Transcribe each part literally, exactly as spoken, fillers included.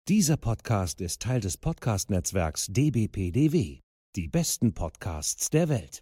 Dieser Podcast ist Teil des Podcast-Netzwerks D B P D W. Die besten Podcasts der Welt.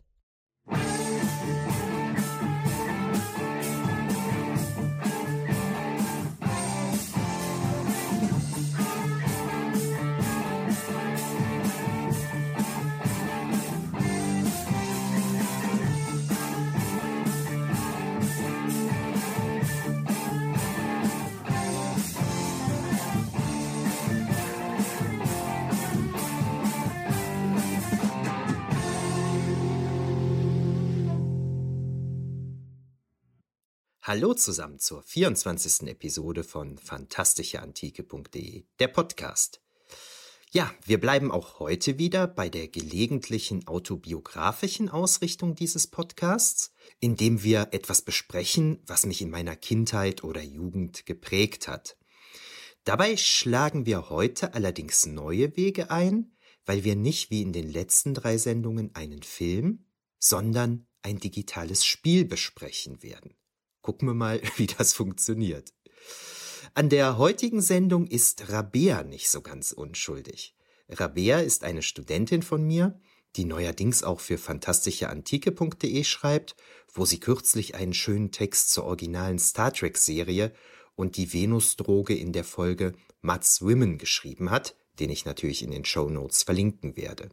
Hallo zusammen zur vierundzwanzigsten Episode von fantastische antike punkt de, der Podcast. Ja, wir bleiben auch heute wieder bei der gelegentlichen autobiografischen Ausrichtung dieses Podcasts, indem wir etwas besprechen, was mich in meiner Kindheit oder Jugend geprägt hat. Dabei schlagen wir heute allerdings neue Wege ein, weil wir nicht wie in den letzten drei Sendungen einen Film, sondern ein digitales Spiel besprechen werden. Gucken wir mal, wie das funktioniert. An der heutigen Sendung ist Rabea nicht so ganz unschuldig. Rabea ist eine Studentin von mir, die neuerdings auch für fantastische antike punkt de schreibt, wo sie kürzlich einen schönen Text zur originalen Star Trek-Serie und die Venusdroge in der Folge Mud's Women geschrieben hat, den ich natürlich in den Shownotes verlinken werde.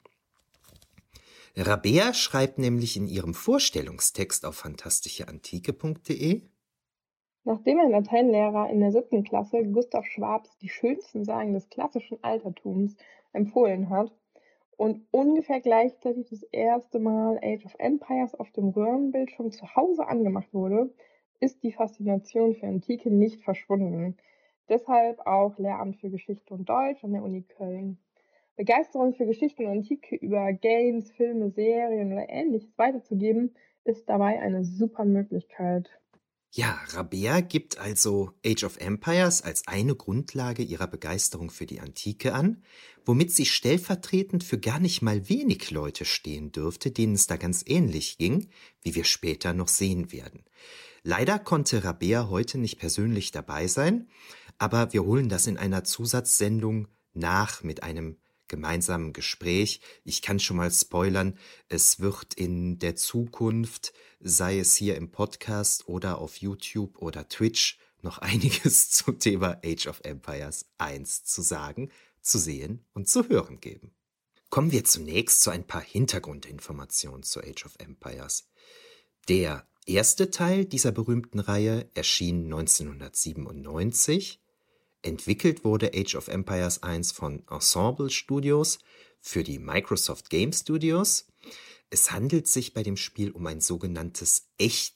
Rabea schreibt nämlich in ihrem Vorstellungstext auf fantastische antike punkt de: Nachdem ein Lateinlehrer in der siebten Klasse Gustav Schwabs Die schönsten Sagen des klassischen Altertums empfohlen hat und ungefähr gleichzeitig das erste Mal Age of Empires auf dem Röhrenbildschirm zu Hause angemacht wurde, ist die Faszination für Antike nicht verschwunden. Deshalb auch Lehramt für Geschichte und Deutsch an der Uni Köln. Begeisterung für Geschichte und Antike über Games, Filme, Serien oder Ähnliches weiterzugeben, ist dabei eine super Möglichkeit. Ja, Rabea gibt also Age of Empires als eine Grundlage ihrer Begeisterung für die Antike an, womit sie stellvertretend für gar nicht mal wenig Leute stehen dürfte, denen es da ganz ähnlich ging, wie wir später noch sehen werden. Leider konnte Rabea heute nicht persönlich dabei sein, aber wir holen das in einer Zusatzsendung nach mit einem gemeinsamen Gespräch. Ich kann schon mal spoilern, es wird in der Zukunft, sei es hier im Podcast oder auf YouTube oder Twitch, noch einiges zum Thema Age of Empires eins zu sagen, zu sehen und zu hören geben. Kommen wir zunächst zu ein paar Hintergrundinformationen zu Age of Empires. Der erste Teil dieser berühmten Reihe erschien neunzehnhundertsiebenundneunzig. Entwickelt wurde Age of Empires eins von Ensemble Studios für die Microsoft Game Studios. Es handelt sich bei dem Spiel um ein sogenanntes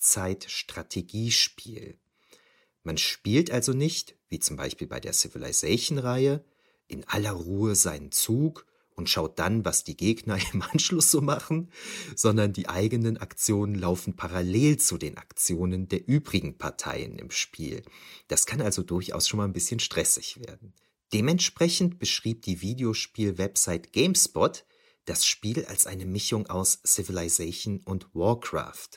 Echtzeit-Strategiespiel. Man spielt also nicht, wie zum Beispiel bei der Civilization-Reihe, in aller Ruhe seinen Zug und schaut dann, was die Gegner im Anschluss so machen, sondern die eigenen Aktionen laufen parallel zu den Aktionen der übrigen Parteien im Spiel. Das kann also durchaus schon mal ein bisschen stressig werden. Dementsprechend beschrieb die Videospiel-Website GameSpot das Spiel als eine Mischung aus Civilization und Warcraft.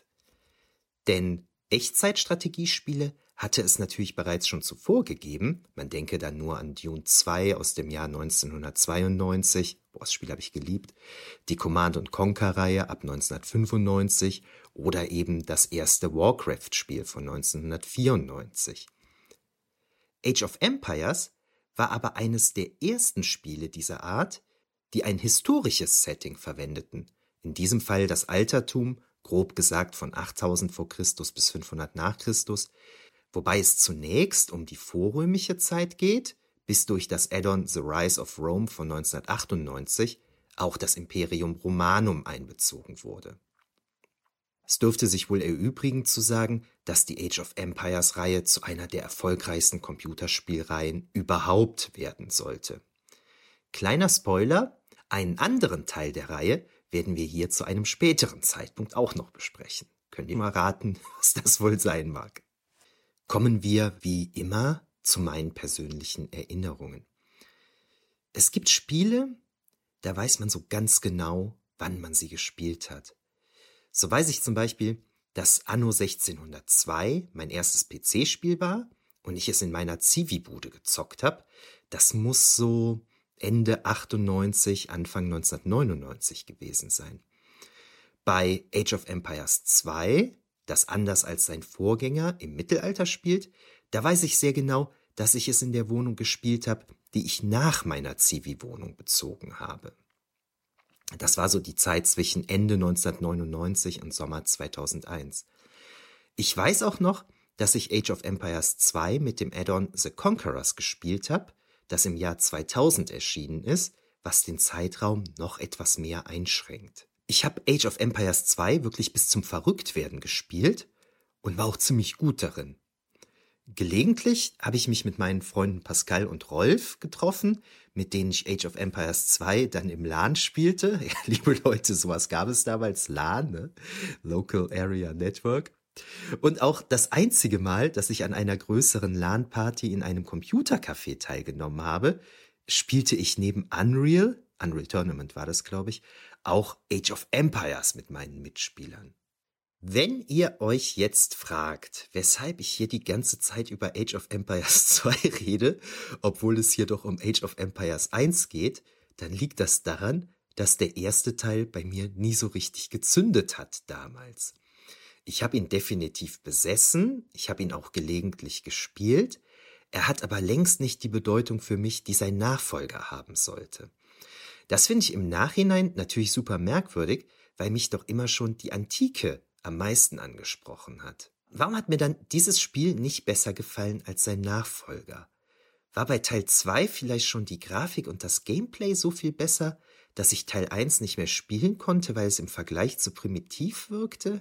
Denn Echtzeitstrategiespiele hatte es natürlich bereits schon zuvor gegeben. Man denke dann nur an Dune zwei aus dem Jahr neunzehnhundertzweiundneunzig. Boah, das Spiel habe ich geliebt. Die Command and Conquer-Reihe ab neunzehnhundertfünfundneunzig oder eben das erste Warcraft-Spiel von neunzehnhundertvierundneunzig. Age of Empires war aber eines der ersten Spiele dieser Art, die ein historisches Setting verwendeten. In diesem Fall das Altertum, grob gesagt von achttausend vor Christus bis fünfhundert nach Christus, wobei es zunächst um die vorrömische Zeit geht, bis durch das Add-on The Rise of Rome von neunzehnhundertachtundneunzig auch das Imperium Romanum einbezogen wurde. Es dürfte sich wohl erübrigen zu sagen, dass die Age of Empires Reihe zu einer der erfolgreichsten Computerspielreihen überhaupt werden sollte. Kleiner Spoiler, einen anderen Teil der Reihe werden wir hier zu einem späteren Zeitpunkt auch noch besprechen. Könnt ihr mal raten, was das wohl sein mag? Kommen wir wie immer zu meinen persönlichen Erinnerungen. Es gibt Spiele, da weiß man so ganz genau, wann man sie gespielt hat. So weiß ich zum Beispiel, dass Anno sechzehnhundertzwei mein erstes P C-Spiel war und ich es in meiner Zivi-Bude gezockt habe, das muss so Ende achtundneunzig, Anfang neunzehnhundertneunundneunzig gewesen sein. Bei Age of Empires zwei, das anders als sein Vorgänger im Mittelalter spielt, da weiß ich sehr genau, dass ich es in der Wohnung gespielt habe, die ich nach meiner Zivi-Wohnung bezogen habe. Das war so die Zeit zwischen Ende neunzehnhundertneunundneunzig und Sommer zweitausendeins. Ich weiß auch noch, dass ich Age of Empires zwei mit dem Add-on The Conquerors gespielt habe, das im Jahr zweitausend erschienen ist, was den Zeitraum noch etwas mehr einschränkt. Ich habe Age of Empires zwei wirklich bis zum Verrücktwerden gespielt und war auch ziemlich gut darin. Gelegentlich habe ich mich mit meinen Freunden Pascal und Rolf getroffen, mit denen ich Age of Empires zwei dann im LAN spielte. Ja, liebe Leute, sowas gab es damals, LAN, ne? Local Area Network. Und auch das einzige Mal, dass ich an einer größeren LAN-Party in einem Computercafé teilgenommen habe, spielte ich neben Unreal, Unreal Tournament war das, glaube ich, auch Age of Empires mit meinen Mitspielern. Wenn ihr euch jetzt fragt, weshalb ich hier die ganze Zeit über Age of Empires zwei rede, obwohl es hier doch um Age of Empires eins geht, dann liegt das daran, dass der erste Teil bei mir nie so richtig gezündet hat damals. Ich habe ihn definitiv besessen, ich habe ihn auch gelegentlich gespielt, er hat aber längst nicht die Bedeutung für mich, die sein Nachfolger haben sollte. Das finde ich im Nachhinein natürlich super merkwürdig, weil mich doch immer schon die Antike am meisten angesprochen hat. Warum hat mir dann dieses Spiel nicht besser gefallen als sein Nachfolger? War bei Teil zwei vielleicht schon die Grafik und das Gameplay so viel besser, dass ich Teil eins nicht mehr spielen konnte, weil es im Vergleich zu primitiv wirkte?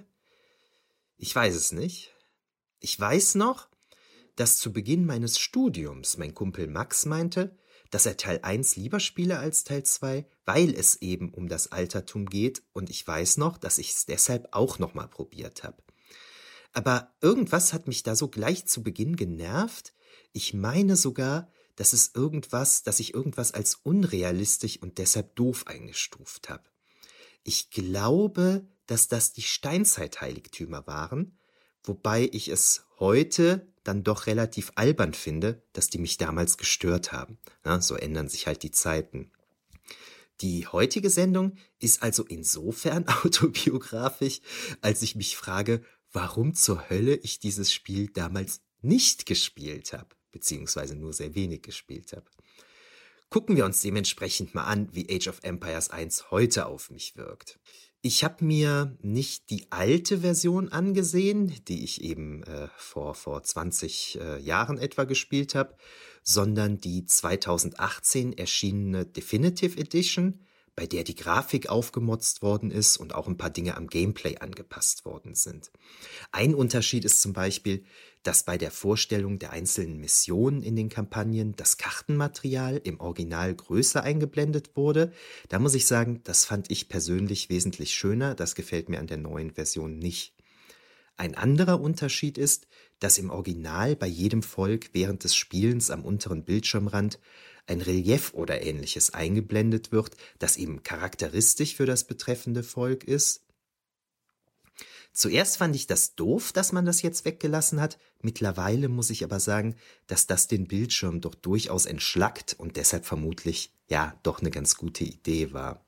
Ich weiß es nicht. Ich weiß noch, dass zu Beginn meines Studiums mein Kumpel Max meinte, dass er Teil eins lieber spiele als Teil zwei, weil es eben um das Altertum geht, und ich weiß noch, dass ich es deshalb auch nochmal probiert habe. Aber irgendwas hat mich da so gleich zu Beginn genervt. Ich meine sogar, dass es irgendwas, dass ich irgendwas als unrealistisch und deshalb doof eingestuft habe. Ich glaube, dass das die Steinzeit-Heiligtümer waren, wobei ich es heute dann doch relativ albern finde, dass die mich damals gestört haben. Ja, so ändern sich halt die Zeiten. Die heutige Sendung ist also insofern autobiografisch, als ich mich frage, warum zur Hölle ich dieses Spiel damals nicht gespielt habe, beziehungsweise nur sehr wenig gespielt habe. Gucken wir uns dementsprechend mal an, wie Age of Empires eins heute auf mich wirkt. Ich habe mir nicht die alte Version angesehen, die ich eben äh, vor, vor zwanzig äh, Jahren etwa gespielt habe, sondern die zweitausendachtzehn erschienene Definitive Edition, bei der die Grafik aufgemotzt worden ist und auch ein paar Dinge am Gameplay angepasst worden sind. Ein Unterschied ist zum Beispiel, dass bei der Vorstellung der einzelnen Missionen in den Kampagnen das Kartenmaterial im Original größer eingeblendet wurde. Da muss ich sagen, das fand ich persönlich wesentlich schöner, das gefällt mir an der neuen Version nicht. Ein anderer Unterschied ist, dass im Original bei jedem Volk während des Spielens am unteren Bildschirmrand ein Relief oder ähnliches eingeblendet wird, das eben charakteristisch für das betreffende Volk ist. Zuerst fand ich das doof, dass man das jetzt weggelassen hat. Mittlerweile muss ich aber sagen, dass das den Bildschirm doch durchaus entschlackt und deshalb vermutlich, ja, doch eine ganz gute Idee war.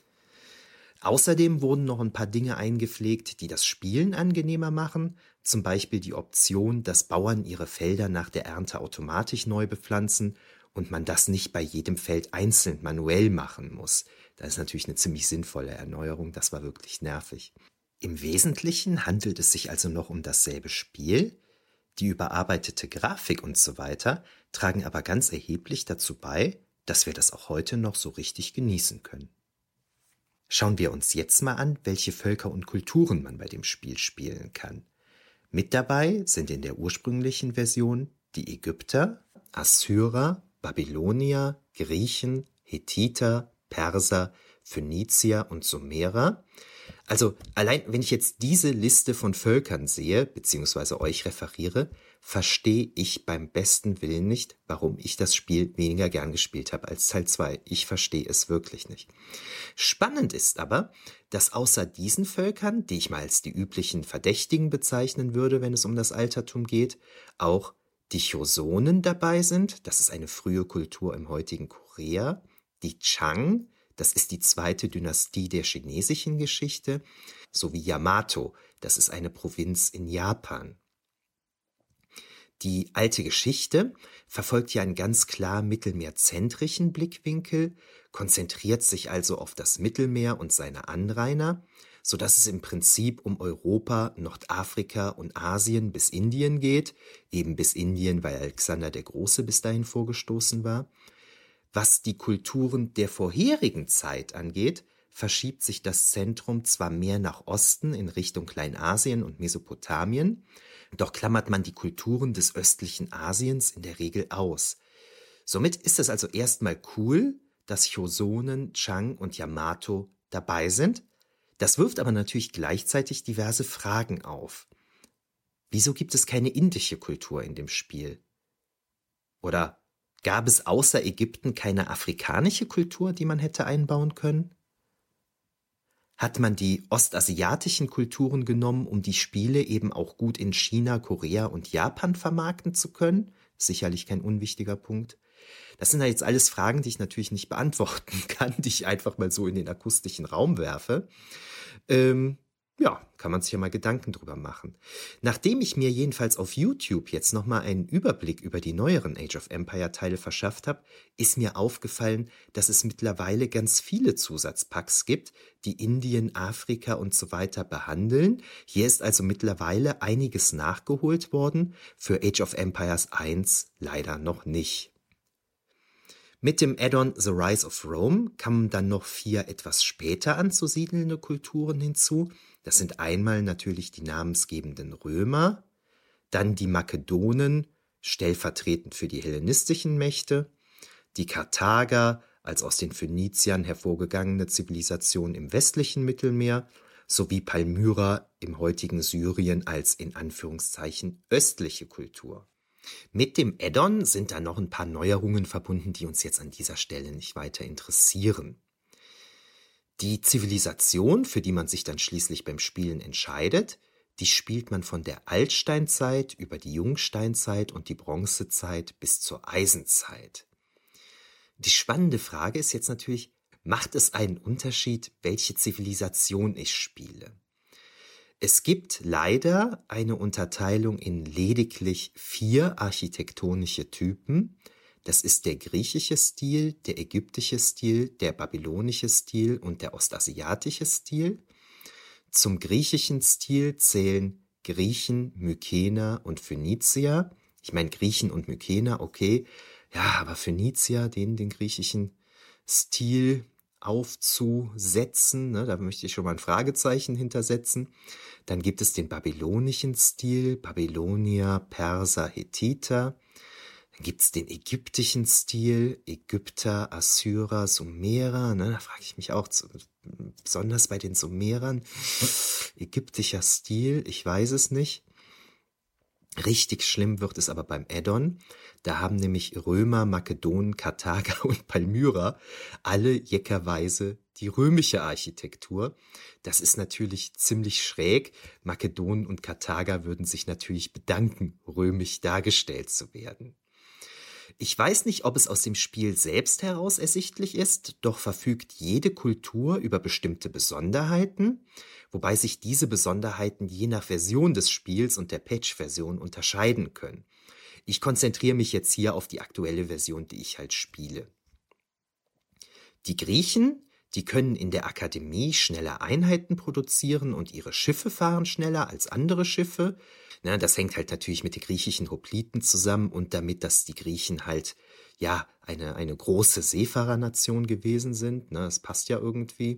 Außerdem wurden noch ein paar Dinge eingepflegt, die das Spielen angenehmer machen. Zum Beispiel die Option, dass Bauern ihre Felder nach der Ernte automatisch neu bepflanzen und man das nicht bei jedem Feld einzeln manuell machen muss. Das ist natürlich eine ziemlich sinnvolle Erneuerung, das war wirklich nervig. Im Wesentlichen handelt es sich also noch um dasselbe Spiel. Die überarbeitete Grafik und so weiter tragen aber ganz erheblich dazu bei, dass wir das auch heute noch so richtig genießen können. Schauen wir uns jetzt mal an, welche Völker und Kulturen man bei dem Spiel spielen kann. Mit dabei sind in der ursprünglichen Version die Ägypter, Assyrer, Babylonier, Griechen, Hethiter, Perser, Phönizier und Sumerer. Also allein wenn ich jetzt diese Liste von Völkern sehe, beziehungsweise euch referiere, verstehe ich beim besten Willen nicht, warum ich das Spiel weniger gern gespielt habe als Teil zwei. Ich verstehe es wirklich nicht. Spannend ist aber, dass außer diesen Völkern, die ich mal als die üblichen Verdächtigen bezeichnen würde, wenn es um das Altertum geht, auch die Chosonen dabei sind, das ist eine frühe Kultur im heutigen Korea, die Chang, das ist die zweite Dynastie der chinesischen Geschichte, sowie Yamato, das ist eine Provinz in Japan. Die alte Geschichte verfolgt ja einen ganz klar mittelmeerzentrischen Blickwinkel, konzentriert sich also auf das Mittelmeer und seine Anrainer, sodass es im Prinzip um Europa, Nordafrika und Asien bis Indien geht, eben bis Indien, weil Alexander der Große bis dahin vorgestoßen war. Was die Kulturen der vorherigen Zeit angeht, verschiebt sich das Zentrum zwar mehr nach Osten in Richtung Kleinasien und Mesopotamien, doch klammert man die Kulturen des östlichen Asiens in der Regel aus. Somit ist es also erstmal cool, dass Chosonen, Chang und Yamato dabei sind. Das wirft aber natürlich gleichzeitig diverse Fragen auf. Wieso gibt es keine indische Kultur in dem Spiel? Oder gab es außer Ägypten keine afrikanische Kultur, die man hätte einbauen können? Hat man die ostasiatischen Kulturen genommen, um die Spiele eben auch gut in China, Korea und Japan vermarkten zu können? Sicherlich kein unwichtiger Punkt. Das sind ja jetzt alles Fragen, die ich natürlich nicht beantworten kann, die ich einfach mal so in den akustischen Raum werfe. Ähm, ja, kann man sich ja mal Gedanken drüber machen. Nachdem ich mir jedenfalls auf YouTube jetzt nochmal einen Überblick über die neueren Age of Empire Teile verschafft habe, ist mir aufgefallen, dass es mittlerweile ganz viele Zusatzpacks gibt, die Indien, Afrika und so weiter behandeln. Hier ist also mittlerweile einiges nachgeholt worden, für Age of Empires eins leider noch nicht. Mit dem Add-on The Rise of Rome kamen dann noch vier etwas später anzusiedelnde Kulturen hinzu. Das sind einmal natürlich die namensgebenden Römer, dann die Makedonen, stellvertretend für die hellenistischen Mächte, die Karthager als aus den Phöniziern hervorgegangene Zivilisation im westlichen Mittelmeer, sowie Palmyra im heutigen Syrien als in Anführungszeichen östliche Kultur. Mit dem Add-on sind da noch ein paar Neuerungen verbunden, die uns jetzt an dieser Stelle nicht weiter interessieren. Die Zivilisation, für die man sich dann schließlich beim Spielen entscheidet, die spielt man von der Altsteinzeit über die Jungsteinzeit und die Bronzezeit bis zur Eisenzeit. Die spannende Frage ist jetzt natürlich, macht es einen Unterschied, welche Zivilisation ich spiele? Es gibt leider eine Unterteilung in lediglich vier architektonische Typen. Das ist der griechische Stil, der ägyptische Stil, der babylonische Stil und der ostasiatische Stil. Zum griechischen Stil zählen Griechen, Mykener und Phönizier. Ich meine Griechen und Mykener, okay. Ja, aber Phönizier, denen den griechischen Stil aufzusetzen, ne, da möchte ich schon mal ein Fragezeichen hintersetzen. Dann gibt es den babylonischen Stil, Babylonier, Perser, Hethiter. Dann gibt es den ägyptischen Stil, Ägypter, Assyrer, Sumerer. Ne, da frage ich mich auch, besonders bei den Sumerern, ägyptischer Stil, ich weiß es nicht. Richtig schlimm wird es aber beim Add-on. Da haben nämlich Römer, Makedonen, Karthager und Palmyra alle jeckerweise die römische Architektur. Das ist natürlich ziemlich schräg. Makedonen und Karthager würden sich natürlich bedanken, römisch dargestellt zu werden. Ich weiß nicht, ob es aus dem Spiel selbst heraus ersichtlich ist, doch verfügt jede Kultur über bestimmte Besonderheiten, wobei sich diese Besonderheiten je nach Version des Spiels und der Patch-Version unterscheiden können. Ich konzentriere mich jetzt hier auf die aktuelle Version, die ich halt spiele. Die Griechen, die können in der Akademie schneller Einheiten produzieren und ihre Schiffe fahren schneller als andere Schiffe. Na, das hängt halt natürlich mit den griechischen Hopliten zusammen und damit, dass die Griechen halt ja eine, eine große Seefahrernation gewesen sind. Na, das passt ja irgendwie.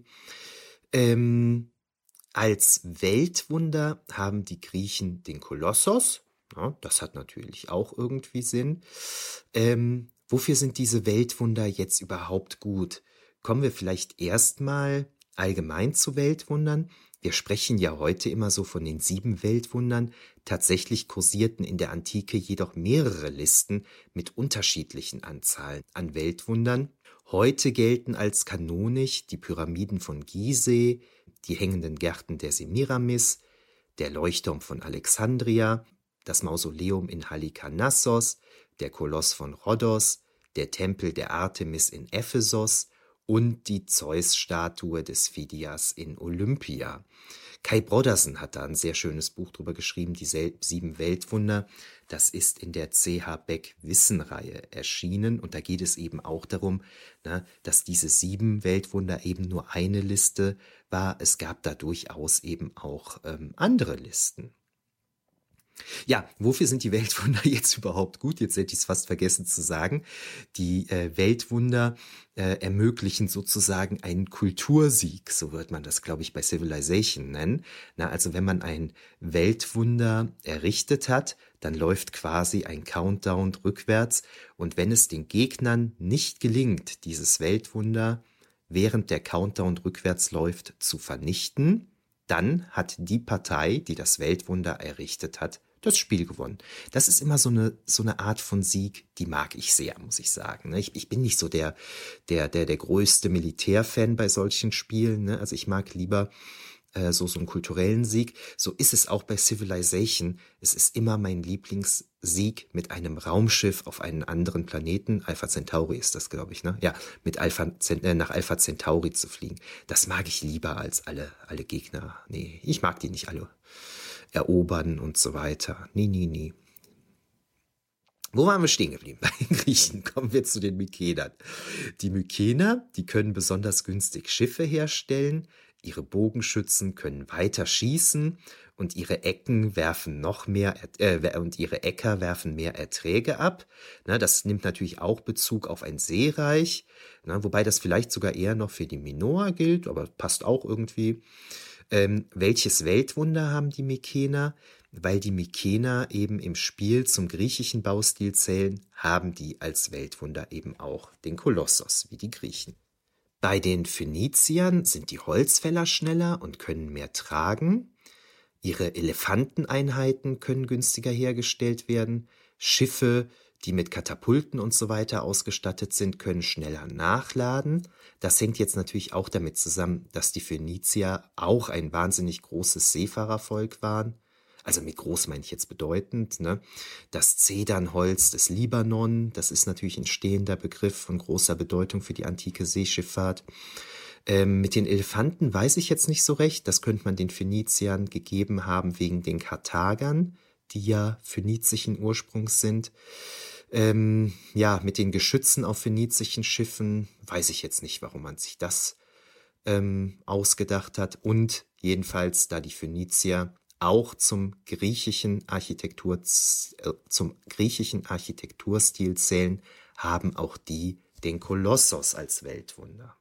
Ähm, als Weltwunder haben die Griechen den Kolossos. Ja, das hat natürlich auch irgendwie Sinn. Ähm, wofür sind diese Weltwunder jetzt überhaupt gut? Kommen wir vielleicht erstmal allgemein zu Weltwundern. Wir sprechen ja heute immer so von den sieben Weltwundern. Tatsächlich kursierten in der Antike jedoch mehrere Listen mit unterschiedlichen Anzahlen an Weltwundern. Heute gelten als kanonisch die Pyramiden von Gizeh, die hängenden Gärten der Semiramis, der Leuchtturm von Alexandria, das Mausoleum in Halikarnassos, der Koloss von Rhodos, der Tempel der Artemis in Ephesos und die Zeus-Statue des Phidias in Olympia. Kai Brodersen hat da ein sehr schönes Buch drüber geschrieben, die sieben Weltwunder. Das ist in der C H. Beck Wissenreihe erschienen und da geht es eben auch darum, na, dass diese sieben Weltwunder eben nur eine Liste war. Es gab da durchaus eben auch ähm, andere Listen. Ja, wofür sind die Weltwunder jetzt überhaupt gut? Jetzt hätte ich es fast vergessen zu sagen. Die äh, Weltwunder äh, ermöglichen sozusagen einen Kultursieg, so wird man das, glaube ich, bei Civilization nennen. Na, also wenn man ein Weltwunder errichtet hat, dann läuft quasi ein Countdown rückwärts. Und wenn es den Gegnern nicht gelingt, dieses Weltwunder während der Countdown rückwärts läuft, zu vernichten, dann hat die Partei, die das Weltwunder errichtet hat, das Spiel gewonnen. Das ist immer so eine, so eine Art von Sieg, die mag ich sehr, muss ich sagen. Ich, ich bin nicht so der, der, der, der größte Militärfan bei solchen Spielen. Also ich mag lieber äh, so, so einen kulturellen Sieg. So ist es auch bei Civilization. Es ist immer mein Lieblingssieg, mit einem Raumschiff auf einen anderen Planeten, Alpha Centauri ist das, glaube ich, ne? Ja, mit Alpha, äh, nach Alpha Centauri zu fliegen. Das mag ich lieber als alle, alle Gegner. Nee, ich mag die nicht alle erobern und so weiter. Nie, nie, nie. Wo waren wir stehen geblieben? Bei den Griechen. Kommen wir zu den Mykenern. Die Mykener, die können besonders günstig Schiffe herstellen, ihre Bogenschützen können weiter schießen und ihre Ecken werfen noch mehr äh, und ihre Äcker werfen mehr Erträge ab. Na, das nimmt natürlich auch Bezug auf ein Seereich, na, wobei das vielleicht sogar eher noch für die Minoer gilt, aber passt auch irgendwie. Ähm, welches Weltwunder haben die Mykener? Weil die Mykener eben im Spiel zum griechischen Baustil zählen, haben die als Weltwunder eben auch den Kolossos, wie die Griechen. Bei den Phöniziern sind die Holzfäller schneller und können mehr tragen. Ihre Elefanteneinheiten können günstiger hergestellt werden. Schiffe, die mit Katapulten und so weiter ausgestattet sind, können schneller nachladen. Das hängt jetzt natürlich auch damit zusammen, dass die Phönizier auch ein wahnsinnig großes Seefahrervolk waren. Also mit groß meine ich jetzt bedeutend, ne? Das Zedernholz des Libanon, das ist natürlich ein stehender Begriff von großer Bedeutung für die antike Seeschifffahrt. Ähm, mit den Elefanten weiß ich jetzt nicht so recht. Das könnte man den Phöniziern gegeben haben wegen den Karthagern, die ja phönizischen Ursprungs sind. Ähm, ja, mit den Geschützen auf phönizischen Schiffen weiß ich jetzt nicht, warum man sich das ähm, ausgedacht hat. Und jedenfalls, da die Phönizier auch zum griechischen Architektur, äh, zum griechischen Architekturstil zählen, haben auch die den Kolossos als Weltwunder.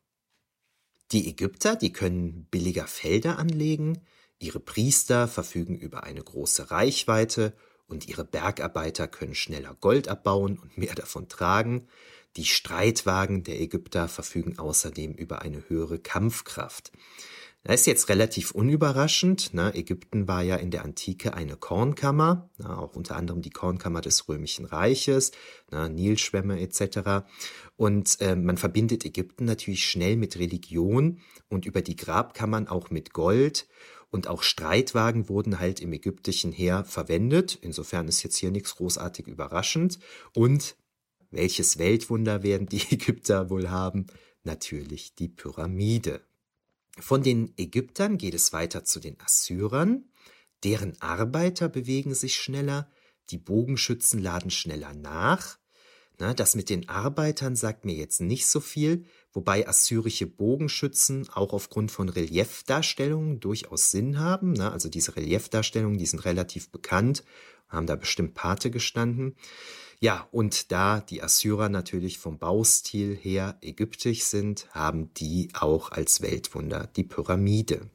Die Ägypter, die können billiger Felder anlegen, ihre Priester verfügen über eine große Reichweite und ihre Bergarbeiter können schneller Gold abbauen und mehr davon tragen. Die Streitwagen der Ägypter verfügen außerdem über eine höhere Kampfkraft. Das ist jetzt relativ unüberraschend. Ne? Ägypten war ja in der Antike eine Kornkammer, na, auch unter anderem die Kornkammer des Römischen Reiches, na, Nilschwämme et cetera. Und äh, man verbindet Ägypten natürlich schnell mit Religion und über die Grabkammern auch mit Gold. Und auch Streitwagen wurden halt im ägyptischen Heer verwendet. Insofern ist jetzt hier nichts großartig überraschend. Und welches Weltwunder werden die Ägypter wohl haben? Natürlich die Pyramide. Von den Ägyptern geht es weiter zu den Assyrern. Deren Arbeiter bewegen sich schneller, die Bogenschützen laden schneller nach. Na, das mit den Arbeitern sagt mir jetzt nicht so viel, wobei assyrische Bogenschützen auch aufgrund von Reliefdarstellungen durchaus Sinn haben. Na, also diese Reliefdarstellungen, die sind relativ bekannt, haben da bestimmt Pate gestanden. Ja, und da die Assyrer natürlich vom Baustil her ägyptisch sind, haben die auch als Weltwunder die Pyramide.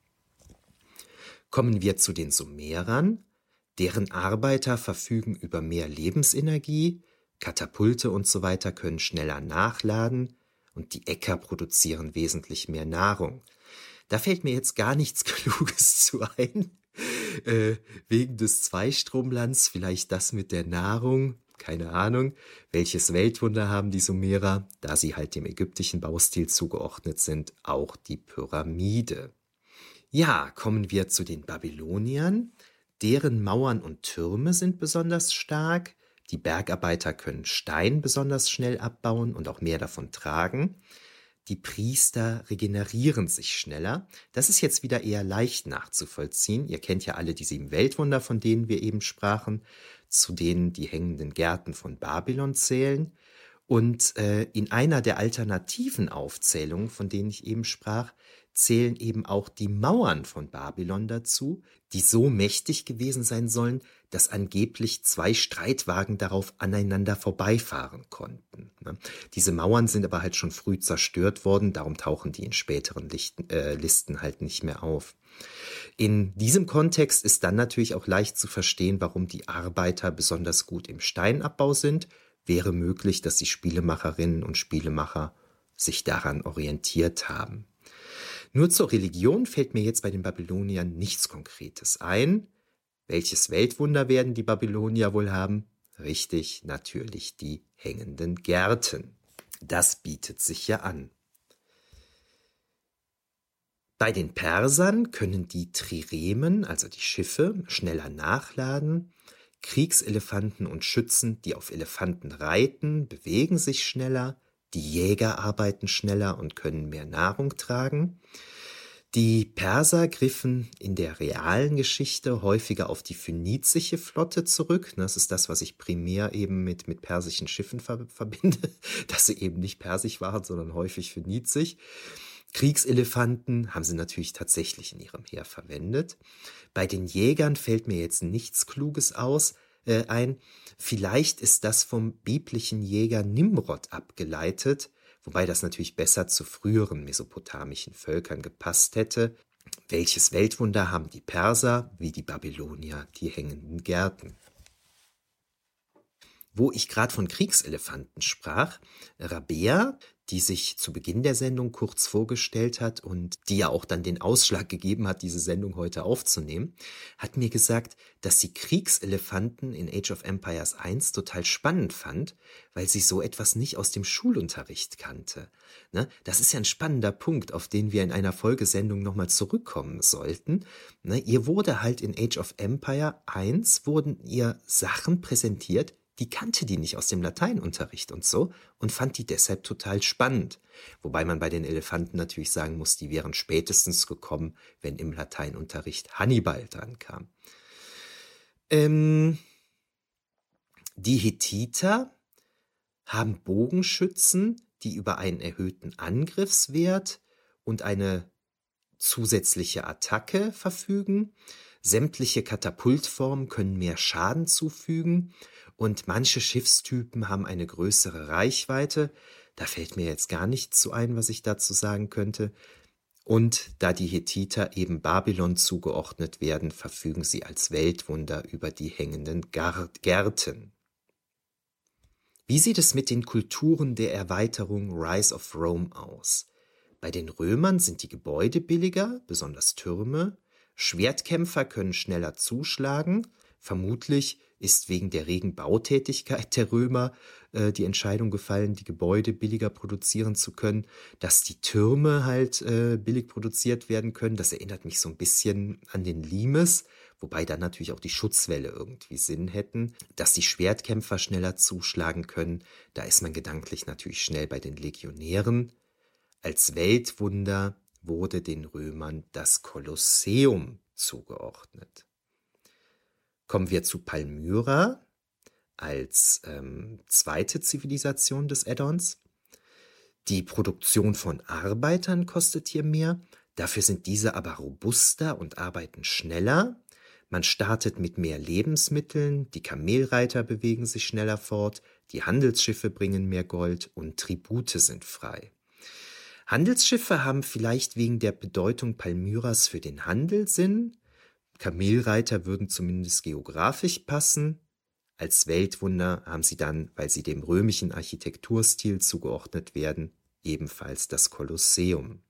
Kommen wir zu den Sumerern. Deren Arbeiter verfügen über mehr Lebensenergie, Katapulte und so weiter können schneller nachladen und die Äcker produzieren wesentlich mehr Nahrung. Da fällt mir jetzt gar nichts Kluges zu ein. Äh, wegen des Zweistromlands, vielleicht das mit der Nahrung. Keine Ahnung, welches Weltwunder haben die Sumerer, da sie halt dem ägyptischen Baustil zugeordnet sind, auch die Pyramide. Ja, kommen wir zu den Babyloniern. Deren Mauern und Türme sind besonders stark. Die Bergarbeiter können Stein besonders schnell abbauen und auch mehr davon tragen. Die Priester regenerieren sich schneller. Das ist jetzt wieder eher leicht nachzuvollziehen. Ihr kennt ja alle die sieben Weltwunder, von denen wir eben sprachen, zu denen die hängenden Gärten von Babylon zählen. Und äh, in einer der alternativen Aufzählungen, von denen ich eben sprach, zählen eben auch die Mauern von Babylon dazu, die so mächtig gewesen sein sollen, dass angeblich zwei Streitwagen darauf aneinander vorbeifahren konnten. Ne? Diese Mauern sind aber halt schon früh zerstört worden, darum tauchen die in späteren Lichten, äh, Listen halt nicht mehr auf. In diesem Kontext ist dann natürlich auch leicht zu verstehen, warum die Arbeiter besonders gut im Steinabbau sind. Wäre möglich, dass die Spielemacherinnen und Spielemacher sich daran orientiert haben. Nur zur Religion fällt mir jetzt bei den Babyloniern nichts Konkretes ein. Welches Weltwunder werden die Babylonier wohl haben? Richtig, natürlich die hängenden Gärten. Das bietet sich ja an. Bei den Persern können die Triremen, also die Schiffe, schneller nachladen. Kriegselefanten und Schützen, die auf Elefanten reiten, bewegen sich schneller. Die Jäger arbeiten schneller und können mehr Nahrung tragen. Die Perser griffen in der realen Geschichte häufiger auf die phönizische Flotte zurück. Das ist das, was ich primär eben mit, mit persischen Schiffen verbinde, dass sie eben nicht persisch waren, sondern häufig phönizisch. Kriegselefanten haben sie natürlich tatsächlich in ihrem Heer verwendet. Bei den Jägern fällt mir jetzt nichts Kluges aus, äh, ein. Vielleicht ist das vom biblischen Jäger Nimrod abgeleitet, wobei das natürlich besser zu früheren mesopotamischen Völkern gepasst hätte. Welches Weltwunder haben die Perser, wie die Babylonier, die hängenden Gärten? Wo ich gerade von Kriegselefanten sprach, Rabea, die sich zu Beginn der Sendung kurz vorgestellt hat und die ja auch dann den Ausschlag gegeben hat, diese Sendung heute aufzunehmen, hat mir gesagt, dass sie Kriegselefanten in Age of Empires eins total spannend fand, weil sie so etwas nicht aus dem Schulunterricht kannte. Ne? Das ist ja ein spannender Punkt, auf den wir in einer Folgesendung nochmal zurückkommen sollten. Ne? Ihr wurde halt in Age of Empire eins, wurden ihr Sachen präsentiert, die kannte die nicht aus dem Lateinunterricht und so und fand die deshalb total spannend. Wobei man bei den Elefanten natürlich sagen muss, die wären spätestens gekommen, wenn im Lateinunterricht Hannibal dran kam. Ähm, die Hethiter haben Bogenschützen, die über einen erhöhten Angriffswert und eine zusätzliche Attacke verfügen. Sämtliche Katapultformen können mehr Schaden zufügen und manche Schiffstypen haben eine größere Reichweite. Da fällt mir jetzt gar nichts zu ein, was ich dazu sagen könnte. Und da die Hethiter eben Babylon zugeordnet werden, verfügen sie als Weltwunder über die hängenden Gärten. Wie sieht es mit den Kulturen der Erweiterung Rise of Rome aus? Bei den Römern sind die Gebäude billiger, besonders Türme. Schwertkämpfer können schneller zuschlagen. Vermutlich ist wegen der regen Bautätigkeit der Römer äh, die Entscheidung gefallen, die Gebäude billiger produzieren zu können, dass die Türme halt äh, billig produziert werden können. Das erinnert mich so ein bisschen an den Limes, wobei dann natürlich auch die Schutzwälle irgendwie Sinn hätten. Dass die Schwertkämpfer schneller zuschlagen können, da ist man gedanklich natürlich schnell bei den Legionären. Als Weltwunder wurde den Römern das Kolosseum zugeordnet. Kommen wir zu Palmyra als ähm, zweite Zivilisation des Add-ons. Die Produktion von Arbeitern kostet hier mehr, dafür sind diese aber robuster und arbeiten schneller. Man startet mit mehr Lebensmitteln, die Kamelreiter bewegen sich schneller fort, die Handelsschiffe bringen mehr Gold und Tribute sind frei. Handelsschiffe haben vielleicht wegen der Bedeutung Palmyras für den Handel Sinn. Kamelreiter würden zumindest geografisch passen. Als Weltwunder haben sie dann, weil sie dem römischen Architekturstil zugeordnet werden, ebenfalls das Kolosseum.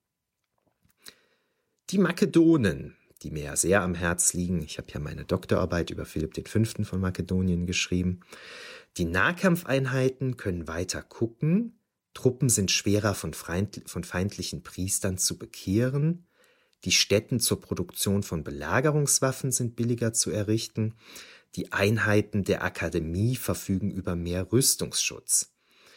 Die Makedonen, die mir ja sehr am Herz liegen, ich habe ja meine Doktorarbeit über Philipp der Fünfte von Makedonien geschrieben. Die Nahkampfeinheiten können weiter gucken. Truppen sind schwerer von, feind, von feindlichen Priestern zu bekehren. Die Stätten zur Produktion von Belagerungswaffen sind billiger zu errichten. Die Einheiten der Akademie verfügen über mehr Rüstungsschutz.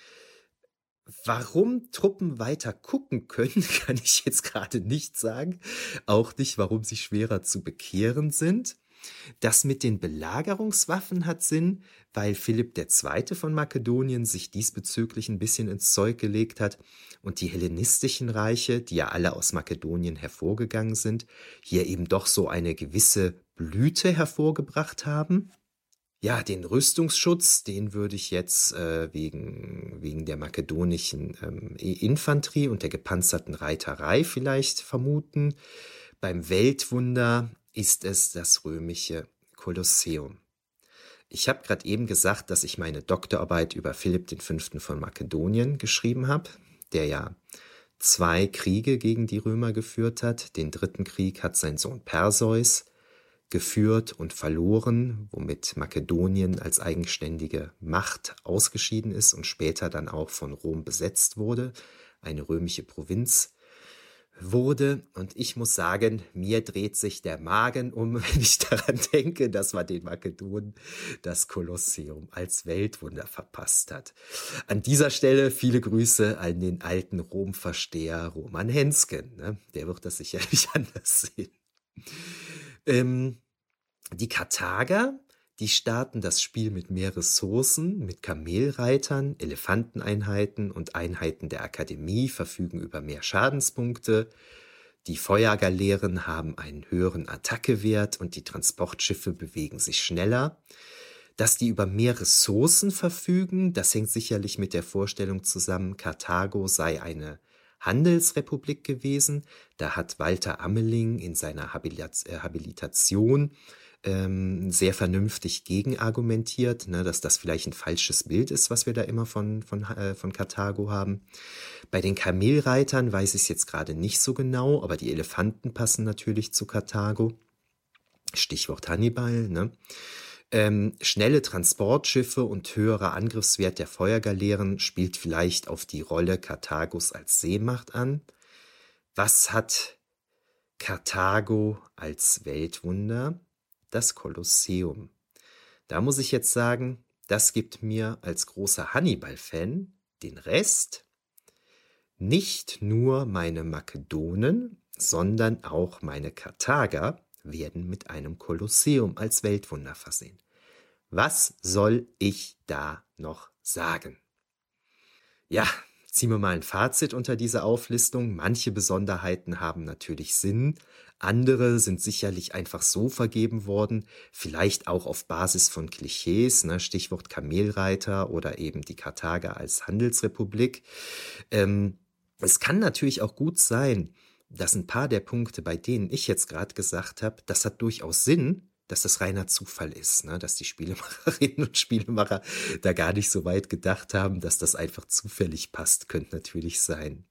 Warum Truppen weiter gucken können, kann ich jetzt gerade nicht sagen. Auch nicht, warum sie schwerer zu bekehren sind. Das mit den Belagerungswaffen hat Sinn, weil Philipp der Zweite von Makedonien sich diesbezüglich ein bisschen ins Zeug gelegt hat und die hellenistischen Reiche, die ja alle aus Makedonien hervorgegangen sind, hier eben doch so eine gewisse Blüte hervorgebracht haben. Ja, den Rüstungsschutz, den würde ich jetzt äh, wegen, wegen der makedonischen ähm, Infanterie und der gepanzerten Reiterei vielleicht vermuten. Beim Weltwunder ist es das römische Kolosseum. Ich habe gerade eben gesagt, dass ich meine Doktorarbeit über Philipp der Fünfte von Makedonien geschrieben habe, der ja zwei Kriege gegen die Römer geführt hat. Den dritten Krieg hat sein Sohn Perseus geführt und verloren, womit Makedonien als eigenständige Macht ausgeschieden ist und später dann auch von Rom besetzt wurde, eine römische Provinz wurde. Und ich muss sagen, mir dreht sich der Magen um, wenn ich daran denke, dass man den Makedonen das Kolosseum als Weltwunder verpasst hat. An dieser Stelle viele Grüße an den alten Rom-Versteher Roman Hensken. Ne? Der wird das sicherlich anders sehen. Ähm, die Karthager, die starten das Spiel mit mehr Ressourcen, mit Kamelreitern, Elefanteneinheiten und Einheiten der Akademie, verfügen über mehr Schadenspunkte. Die Feuergaleeren haben einen höheren Attackewert und die Transportschiffe bewegen sich schneller. Dass die über mehr Ressourcen verfügen, das hängt sicherlich mit der Vorstellung zusammen, Karthago sei eine Handelsrepublik gewesen. Da hat Walter Ammeling in seiner Habilitation ähm, sehr vernünftig gegenargumentiert, ne, dass das vielleicht ein falsches Bild ist, was wir da immer von, von, äh, von Karthago haben. Bei den Kamelreitern weiß ich es jetzt gerade nicht so genau, aber die Elefanten passen natürlich zu Karthago. Stichwort Hannibal, ne? Ähm, schnelle Transportschiffe und höherer Angriffswert der Feuergaleeren spielt vielleicht auf die Rolle Karthagos als Seemacht an. Was hat Karthago als Weltwunder? Das Kolosseum. Da muss ich jetzt sagen, das gibt mir als großer Hannibal-Fan den Rest. Nicht nur meine Makedonen, sondern auch meine Karthager werden mit einem Kolosseum als Weltwunder versehen. Was soll ich da noch sagen? Ja, ziehen wir mal ein Fazit unter dieser Auflistung. Manche Besonderheiten haben natürlich Sinn, andere sind sicherlich einfach so vergeben worden, vielleicht auch auf Basis von Klischees, ne? Stichwort Kamelreiter oder eben die Karthager als Handelsrepublik. Ähm, es kann natürlich auch gut sein, dass ein paar der Punkte, bei denen ich jetzt gerade gesagt habe, das hat durchaus Sinn, dass das reiner Zufall ist, ne? Dass die Spielemacherinnen und Spielemacher da gar nicht so weit gedacht haben, dass das einfach zufällig passt, könnte natürlich sein.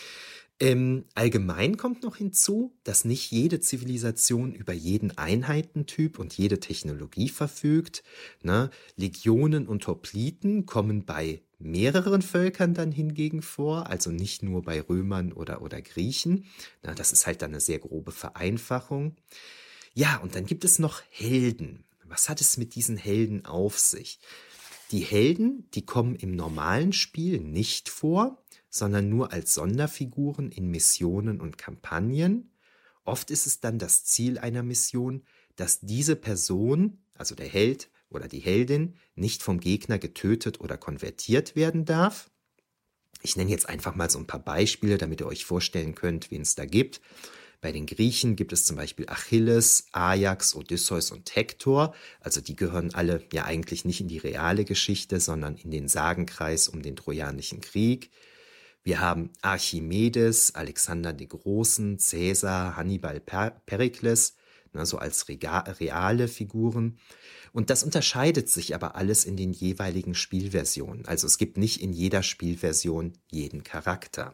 Ähm, allgemein kommt noch hinzu, dass nicht jede Zivilisation über jeden Einheitentyp und jede Technologie verfügt. Ne? Legionen und Hopliten kommen bei mehreren Völkern dann hingegen vor, also nicht nur bei Römern oder, oder Griechen. Na, das ist halt dann eine sehr grobe Vereinfachung. Ja, und dann gibt es noch Helden. Was hat es mit diesen Helden auf sich? Die Helden, die kommen im normalen Spiel nicht vor, sondern nur als Sonderfiguren in Missionen und Kampagnen. Oft ist es dann das Ziel einer Mission, dass diese Person, also der Held oder die Heldin, nicht vom Gegner getötet oder konvertiert werden darf. Ich nenne jetzt einfach mal so ein paar Beispiele, damit ihr euch vorstellen könnt, wen es da gibt. Bei den Griechen gibt es zum Beispiel Achilles, Ajax, Odysseus und Hektor. Also die gehören alle ja eigentlich nicht in die reale Geschichte, sondern in den Sagenkreis um den Trojanischen Krieg. Wir haben Archimedes, Alexander den Großen, Caesar, Hannibal, per- Perikles, ne, so als rega- reale Figuren. Und das unterscheidet sich aber alles in den jeweiligen Spielversionen. Also es gibt nicht in jeder Spielversion jeden Charakter.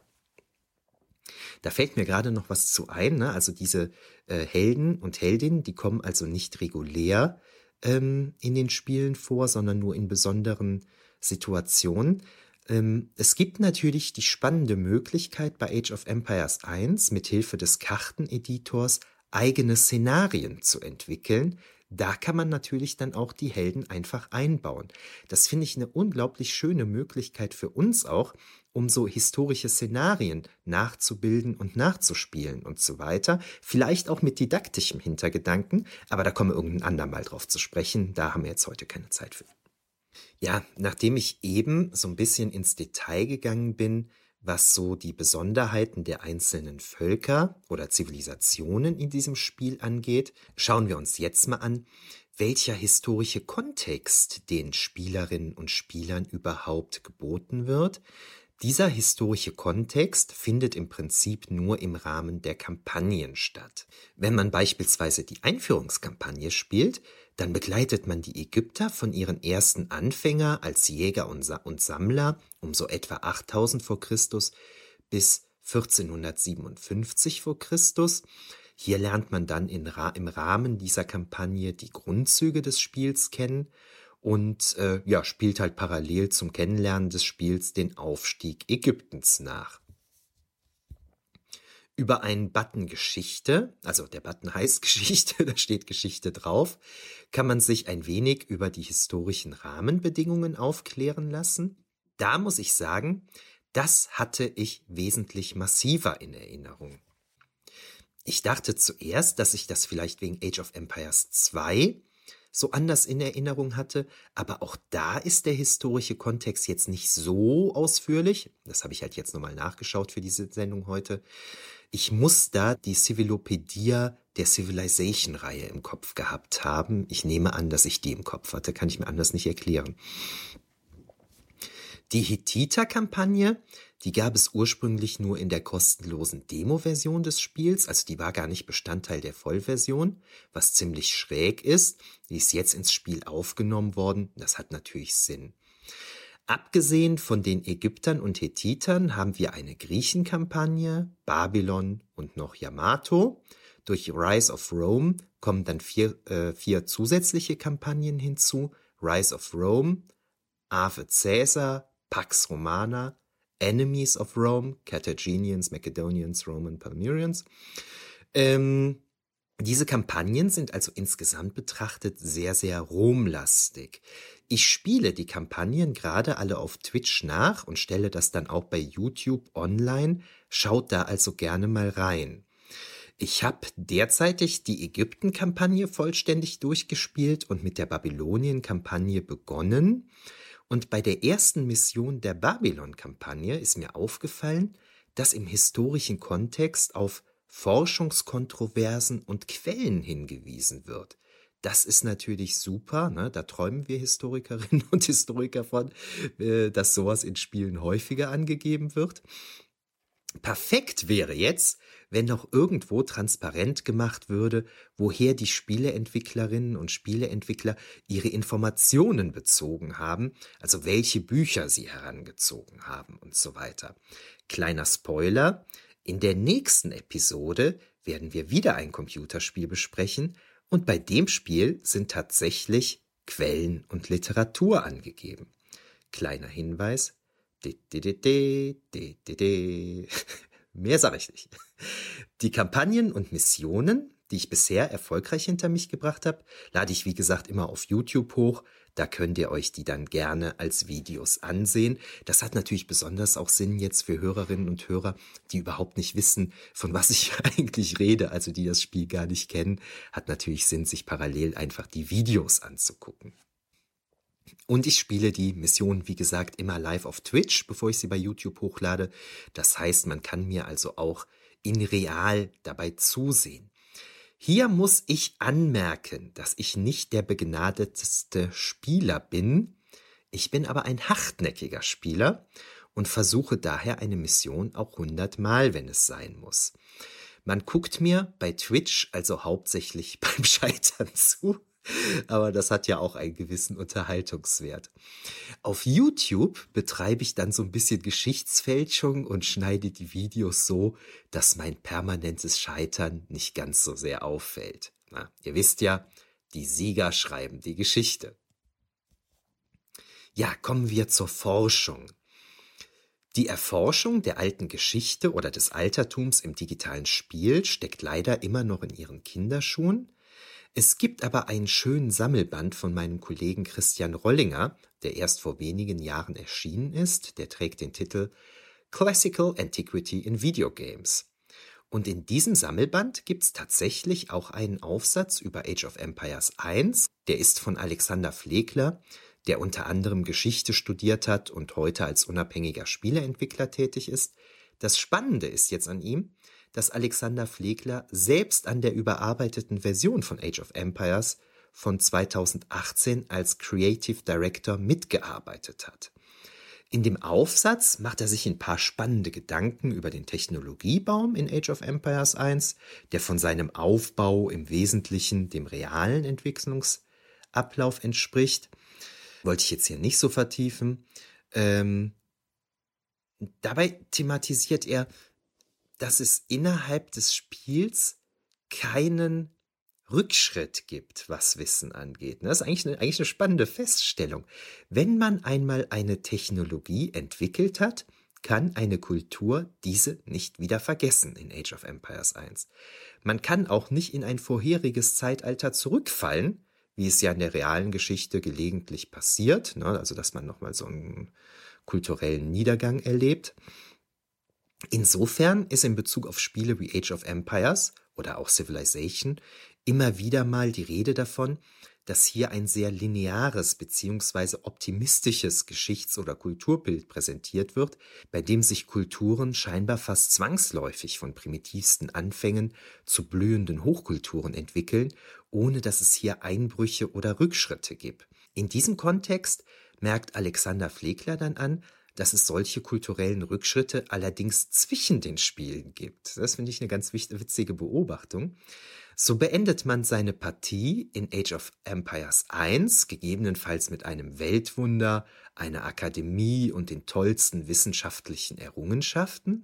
Da fällt mir gerade noch was zu ein, ne? Also diese äh, Helden und Heldinnen, die kommen also nicht regulär ähm, in den Spielen vor, sondern nur in besonderen Situationen. Ähm, es gibt natürlich die spannende Möglichkeit bei Age of Empires eins mithilfe des Karteneditors eigene Szenarien zu entwickeln. Da kann man natürlich dann auch die Helden einfach einbauen. Das finde ich eine unglaublich schöne Möglichkeit für uns auch, um so historische Szenarien nachzubilden und nachzuspielen und so weiter. Vielleicht auch mit didaktischem Hintergedanken, aber da kommen wir irgendein andermal drauf zu sprechen. Da haben wir jetzt heute keine Zeit für. Ja, nachdem ich eben so ein bisschen ins Detail gegangen bin, was so die Besonderheiten der einzelnen Völker oder Zivilisationen in diesem Spiel angeht, schauen wir uns jetzt mal an, welcher historische Kontext den Spielerinnen und Spielern überhaupt geboten wird. Dieser historische Kontext findet im Prinzip nur im Rahmen der Kampagnen statt. Wenn man beispielsweise die Einführungskampagne spielt, dann begleitet man die Ägypter von ihren ersten Anfänger als Jäger und, Sa- und Sammler um so etwa achttausend vor Christus bis vierzehnhundertsiebenundfünfzig vor Christus. Hier lernt man dann in Ra- im Rahmen dieser Kampagne die Grundzüge des Spiels kennen und äh, ja, spielt halt parallel zum Kennenlernen des Spiels den Aufstieg Ägyptens nach. Über einen Button Geschichte, also der Button heißt Geschichte, da steht Geschichte drauf, kann man sich ein wenig über die historischen Rahmenbedingungen aufklären lassen. Da muss ich sagen, das hatte ich wesentlich massiver in Erinnerung. Ich dachte zuerst, dass ich das vielleicht wegen Age of Empires zwei so anders in Erinnerung hatte, aber auch da ist der historische Kontext jetzt nicht so ausführlich. Das habe ich halt jetzt nochmal nachgeschaut für diese Sendung heute. Ich muss da die Civilopedia der Civilization-Reihe im Kopf gehabt haben. Ich nehme an, dass ich die im Kopf hatte, kann ich mir anders nicht erklären. Die Hittiter-Kampagne, die gab es ursprünglich nur in der kostenlosen Demo-Version des Spiels, also die war gar nicht Bestandteil der Vollversion, was ziemlich schräg ist. Die ist jetzt ins Spiel aufgenommen worden, das hat natürlich Sinn. Abgesehen von den Ägyptern und Hethitern haben wir eine Griechenkampagne, Babylon und noch Yamato. Durch Rise of Rome kommen dann vier, äh, vier zusätzliche Kampagnen hinzu. Rise of Rome, Ave Caesar, Pax Romana, Enemies of Rome, Carthaginians, Macedonians, Roman Palmyrians. Ähm, diese Kampagnen sind also insgesamt betrachtet sehr, sehr romlastig. Ich spiele die Kampagnen gerade alle auf Twitch nach und stelle das dann auch bei YouTube online. Schaut da also gerne mal rein. Ich habe derzeitig die Ägypten-Kampagne vollständig durchgespielt und mit der Babylonien-Kampagne begonnen. Und bei der ersten Mission der Babylon-Kampagne ist mir aufgefallen, dass im historischen Kontext auf Forschungskontroversen und Quellen hingewiesen wird. Das ist natürlich super, ne? Da träumen wir Historikerinnen und Historiker von, äh, dass sowas in Spielen häufiger angegeben wird. Perfekt wäre jetzt, wenn noch irgendwo transparent gemacht würde, woher die Spieleentwicklerinnen und Spieleentwickler ihre Informationen bezogen haben, also welche Bücher sie herangezogen haben und so weiter. Kleiner Spoiler, in der nächsten Episode werden wir wieder ein Computerspiel besprechen und bei dem Spiel sind tatsächlich Quellen und Literatur angegeben. Kleiner Hinweis. De, de, de, de, de, de, de. Mehr sage ich nicht. Die Kampagnen und Missionen, die ich bisher erfolgreich hinter mich gebracht habe, lade ich wie gesagt immer auf YouTube hoch. Da könnt ihr euch die dann gerne als Videos ansehen. Das hat natürlich besonders auch Sinn jetzt für Hörerinnen und Hörer, die überhaupt nicht wissen, von was ich eigentlich rede, also die das Spiel gar nicht kennen. Hat natürlich Sinn, sich parallel einfach die Videos anzugucken. Und ich spiele die Mission, wie gesagt, immer live auf Twitch, bevor ich sie bei YouTube hochlade. Das heißt, man kann mir also auch in real dabei zusehen. Hier muss ich anmerken, dass ich nicht der begnadetste Spieler bin. Ich bin aber ein hartnäckiger Spieler und versuche daher eine Mission auch hundertmal, wenn es sein muss. Man guckt mir bei Twitch also hauptsächlich beim Scheitern zu. Aber das hat ja auch einen gewissen Unterhaltungswert. Auf YouTube betreibe ich dann so ein bisschen Geschichtsfälschung und schneide die Videos so, dass mein permanentes Scheitern nicht ganz so sehr auffällt. Na, ihr wisst ja, die Sieger schreiben die Geschichte. Ja, kommen wir zur Forschung. Die Erforschung der alten Geschichte oder des Altertums im digitalen Spiel steckt leider immer noch in ihren Kinderschuhen. Es gibt aber einen schönen Sammelband von meinem Kollegen Christian Rollinger, der erst vor wenigen Jahren erschienen ist. Der trägt den Titel Classical Antiquity in Video Games. Und in diesem Sammelband gibt es tatsächlich auch einen Aufsatz über Age of Empires eins. Der ist von Alexander Flegler, der unter anderem Geschichte studiert hat und heute als unabhängiger Spieleentwickler tätig ist. Das Spannende ist jetzt an ihm, dass Alexander Flegler selbst an der überarbeiteten Version von Age of Empires von zweitausendachtzehn als Creative Director mitgearbeitet hat. In dem Aufsatz macht er sich ein paar spannende Gedanken über den Technologiebaum in Age of Empires eins, der von seinem Aufbau im Wesentlichen dem realen Entwicklungsablauf entspricht. Wollte ich jetzt hier nicht so vertiefen. Ähm, dabei thematisiert er, dass es innerhalb des Spiels keinen Rückschritt gibt, was Wissen angeht. Das ist eigentlich eine, eigentlich eine spannende Feststellung. Wenn man einmal eine Technologie entwickelt hat, kann eine Kultur diese nicht wieder vergessen in Age of Empires eins. Man kann auch nicht in ein vorheriges Zeitalter zurückfallen, wie es ja in der realen Geschichte gelegentlich passiert, ne? Also dass man nochmal so einen kulturellen Niedergang erlebt. Insofern ist in Bezug auf Spiele wie Age of Empires oder auch Civilization immer wieder mal die Rede davon, dass hier ein sehr lineares bzw. optimistisches Geschichts- oder Kulturbild präsentiert wird, bei dem sich Kulturen scheinbar fast zwangsläufig von primitivsten Anfängen zu blühenden Hochkulturen entwickeln, ohne dass es hier Einbrüche oder Rückschritte gibt. In diesem Kontext merkt Alexander Flegler dann an, dass es solche kulturellen Rückschritte allerdings zwischen den Spielen gibt. Das finde ich eine ganz witzige Beobachtung. So beendet man seine Partie in Age of Empires eins, gegebenenfalls mit einem Weltwunder, einer Akademie und den tollsten wissenschaftlichen Errungenschaften,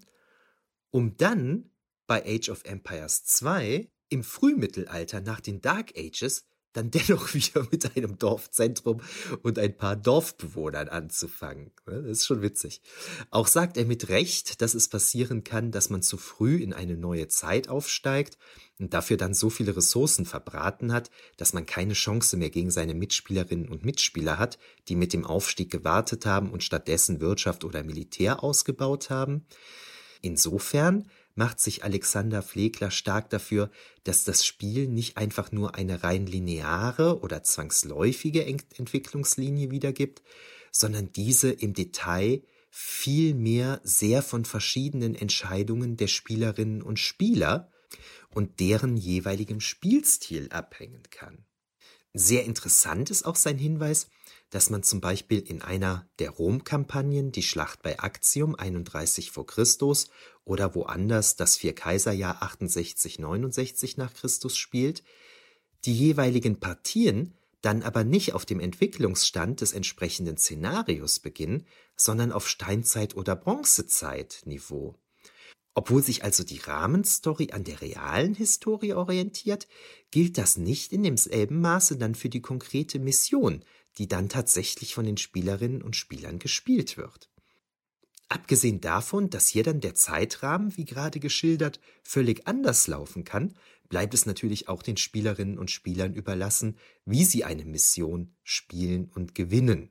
um dann bei Age of Empires zwei im Frühmittelalter nach den Dark Ages dann dennoch wieder mit einem Dorfzentrum und ein paar Dorfbewohnern anzufangen. Das ist schon witzig. Auch sagt er mit Recht, dass es passieren kann, dass man zu früh in eine neue Zeit aufsteigt und dafür dann so viele Ressourcen verbraten hat, dass man keine Chance mehr gegen seine Mitspielerinnen und Mitspieler hat, die mit dem Aufstieg gewartet haben und stattdessen Wirtschaft oder Militär ausgebaut haben. Insofern macht sich Alexander Flegler stark dafür, dass das Spiel nicht einfach nur eine rein lineare oder zwangsläufige Ent- Entwicklungslinie wiedergibt, sondern diese im Detail viel mehr sehr von verschiedenen Entscheidungen der Spielerinnen und Spieler und deren jeweiligem Spielstil abhängen kann. Sehr interessant ist auch sein Hinweis, dass man zum Beispiel in einer der Rom-Kampagnen die Schlacht bei Actium einunddreißig vor Christus oder woanders das Vierkaiserjahr achtundsechzig neunundsechzig nach Christus spielt, die jeweiligen Partien dann aber nicht auf dem Entwicklungsstand des entsprechenden Szenarios beginnen, sondern auf Steinzeit- oder Bronzezeit-Niveau. Obwohl sich also die Rahmenstory an der realen Historie orientiert, gilt das nicht in demselben Maße dann für die konkrete Mission, die dann tatsächlich von den Spielerinnen und Spielern gespielt wird. Abgesehen davon, dass hier dann der Zeitrahmen, wie gerade geschildert, völlig anders laufen kann, bleibt es natürlich auch den Spielerinnen und Spielern überlassen, wie sie eine Mission spielen und gewinnen.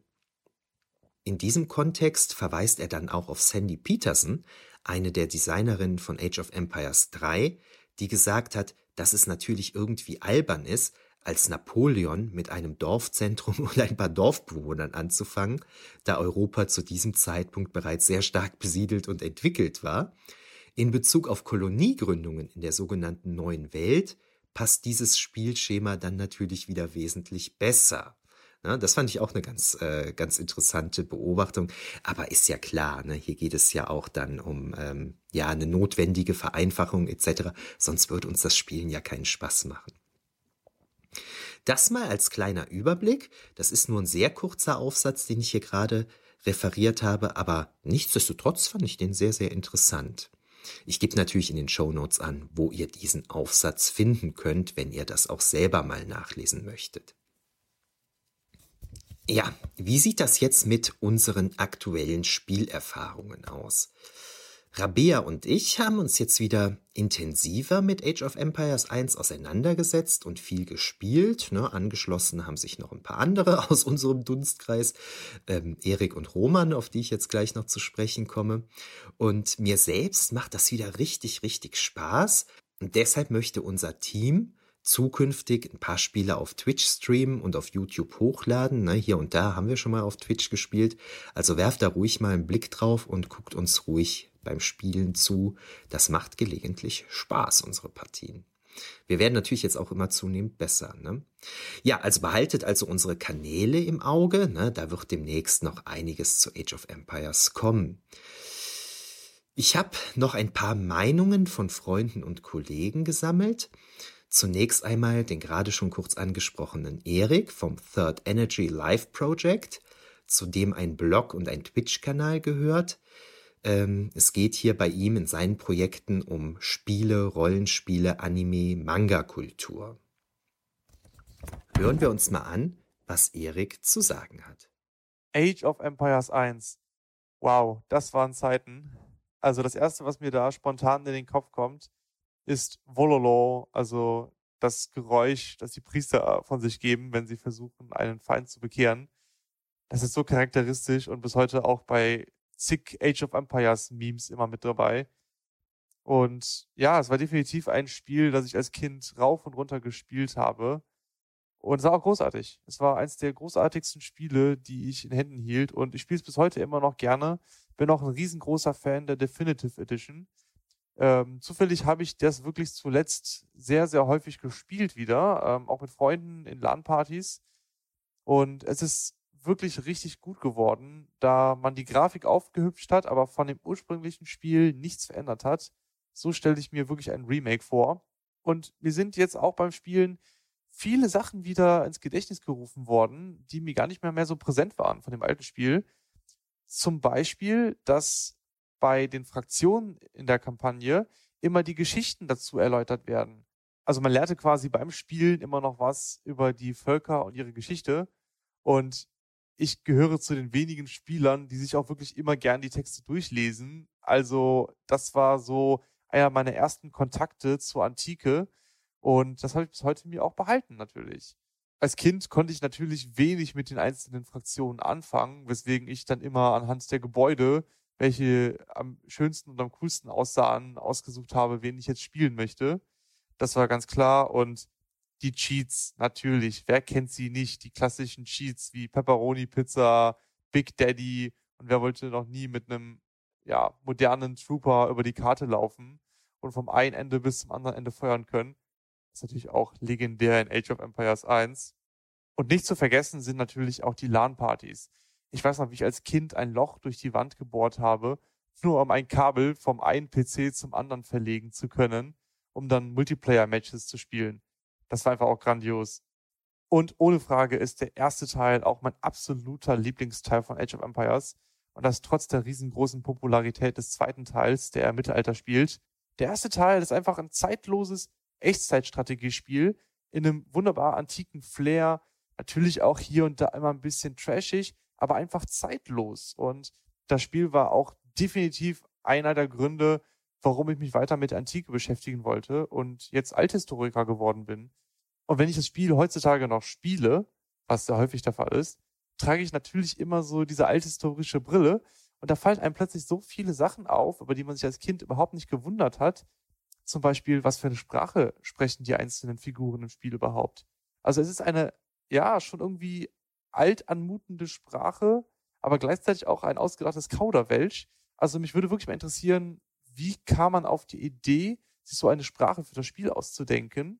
In diesem Kontext verweist er dann auch auf Sandy Peterson, eine der Designerinnen von Age of Empires drei, die gesagt hat, dass es natürlich irgendwie albern ist, als Napoleon mit einem Dorfzentrum und ein paar Dorfbewohnern anzufangen, da Europa zu diesem Zeitpunkt bereits sehr stark besiedelt und entwickelt war. In Bezug auf Koloniegründungen in der sogenannten Neuen Welt passt dieses Spielschema dann natürlich wieder wesentlich besser. Ne, das fand ich auch eine ganz, äh, ganz interessante Beobachtung. Aber ist ja klar, ne, hier geht es ja auch dann um ähm, ja eine notwendige Vereinfachung et cetera. Sonst würde uns das Spielen ja keinen Spaß machen. Das mal als kleiner Überblick. Das ist nur ein sehr kurzer Aufsatz, den ich hier gerade referiert habe, aber nichtsdestotrotz fand ich den sehr, sehr interessant. Ich gebe natürlich in den Shownotes an, wo ihr diesen Aufsatz finden könnt, wenn ihr das auch selber mal nachlesen möchtet. Ja, wie sieht das jetzt mit unseren aktuellen Spielerfahrungen aus? Rabea und ich haben uns jetzt wieder intensiver mit Age of Empires eins auseinandergesetzt und viel gespielt. Ne? Angeschlossen haben sich noch ein paar andere aus unserem Dunstkreis, ähm, Erik und Roman, auf die ich jetzt gleich noch zu sprechen komme. Und mir selbst macht das wieder richtig, richtig Spaß. Und deshalb möchte unser Team zukünftig ein paar Spiele auf Twitch streamen und auf YouTube hochladen. Ne, hier und da haben wir schon mal auf Twitch gespielt. Also werft da ruhig mal einen Blick drauf und guckt uns ruhig beim Spielen zu. Das macht gelegentlich Spaß, unsere Partien. Wir werden natürlich jetzt auch immer zunehmend besser. Ne? Ja, also behaltet also unsere Kanäle im Auge. Ne? Da wird demnächst noch einiges zu Age of Empires kommen. Ich habe noch ein paar Meinungen von Freunden und Kollegen gesammelt. Zunächst einmal den gerade schon kurz angesprochenen Erik vom Third Energy Live Project, zu dem ein Blog und ein Twitch-Kanal gehört. Ähm, es geht hier bei ihm in seinen Projekten um Spiele, Rollenspiele, Anime, Manga-Kultur. Hören wir uns mal an, was Erik zu sagen hat. Age of Empires eins. Wow, das waren Zeiten. Also das Erste, was mir da spontan in den Kopf kommt, ist Wololo, also das Geräusch, das die Priester von sich geben, wenn sie versuchen, einen Feind zu bekehren. Das ist so charakteristisch und bis heute auch bei zig Age of Empires Memes immer mit dabei. Und ja, es war definitiv ein Spiel, das ich als Kind rauf und runter gespielt habe. Und es war auch großartig. Es war eins der großartigsten Spiele, die ich in Händen hielt. Und ich spiele es bis heute immer noch gerne. Bin auch ein riesengroßer Fan der Definitive Edition. Ähm, zufällig habe ich das wirklich zuletzt sehr, sehr häufig gespielt wieder, ähm, auch mit Freunden in LAN-Partys. Und es ist wirklich richtig gut geworden, da man die Grafik aufgehübscht hat, aber von dem ursprünglichen Spiel nichts verändert hat. So stelle ich mir wirklich ein Remake vor. Und mir sind jetzt auch beim Spielen viele Sachen wieder ins Gedächtnis gerufen worden, die mir gar nicht mehr, mehr so präsent waren von dem alten Spiel. Zum Beispiel, dass bei den Fraktionen in der Kampagne immer die Geschichten dazu erläutert werden. Also man lernte quasi beim Spielen immer noch was über die Völker und ihre Geschichte. Und ich gehöre zu den wenigen Spielern, die sich auch wirklich immer gern die Texte durchlesen. Also das war so einer meiner ersten Kontakte zur Antike. Und das habe ich bis heute mir auch behalten, natürlich. Als Kind konnte ich natürlich wenig mit den einzelnen Fraktionen anfangen, weswegen ich dann immer anhand der Gebäude, welche am schönsten und am coolsten aussahen, ausgesucht habe, wen ich jetzt spielen möchte. Das war ganz klar. Und die Cheats, natürlich. Wer kennt sie nicht? Die klassischen Cheats wie Pepperoni-Pizza, Big Daddy. Und wer wollte noch nie mit einem ja, modernen Trooper über die Karte laufen und vom einen Ende bis zum anderen Ende feuern können? Das ist natürlich auch legendär in Age of Empires eins. Und nicht zu vergessen sind natürlich auch die LAN-Partys. Ich weiß noch, wie ich als Kind ein Loch durch die Wand gebohrt habe, nur um ein Kabel vom einen P C zum anderen verlegen zu können, um dann Multiplayer-Matches zu spielen. Das war einfach auch grandios. Und ohne Frage ist der erste Teil auch mein absoluter Lieblingsteil von Age of Empires. Und das trotz der riesengroßen Popularität des zweiten Teils, der im Mittelalter spielt. Der erste Teil ist einfach ein zeitloses Echtzeitstrategiespiel in einem wunderbar antiken Flair. Natürlich auch hier und da immer ein bisschen trashig, aber einfach zeitlos. Und das Spiel war auch definitiv einer der Gründe, warum ich mich weiter mit der Antike beschäftigen wollte und jetzt Althistoriker geworden bin. Und wenn ich das Spiel heutzutage noch spiele, was sehr häufig der Fall ist, trage ich natürlich immer so diese althistorische Brille. Und da fallen einem plötzlich so viele Sachen auf, über die man sich als Kind überhaupt nicht gewundert hat. Zum Beispiel, was für eine Sprache sprechen die einzelnen Figuren im Spiel überhaupt? Also es ist eine, ja, schon irgendwie alt anmutende Sprache, aber gleichzeitig auch ein ausgedachtes Kauderwelsch. Also mich würde wirklich mal interessieren, wie kam man auf die Idee, sich so eine Sprache für das Spiel auszudenken?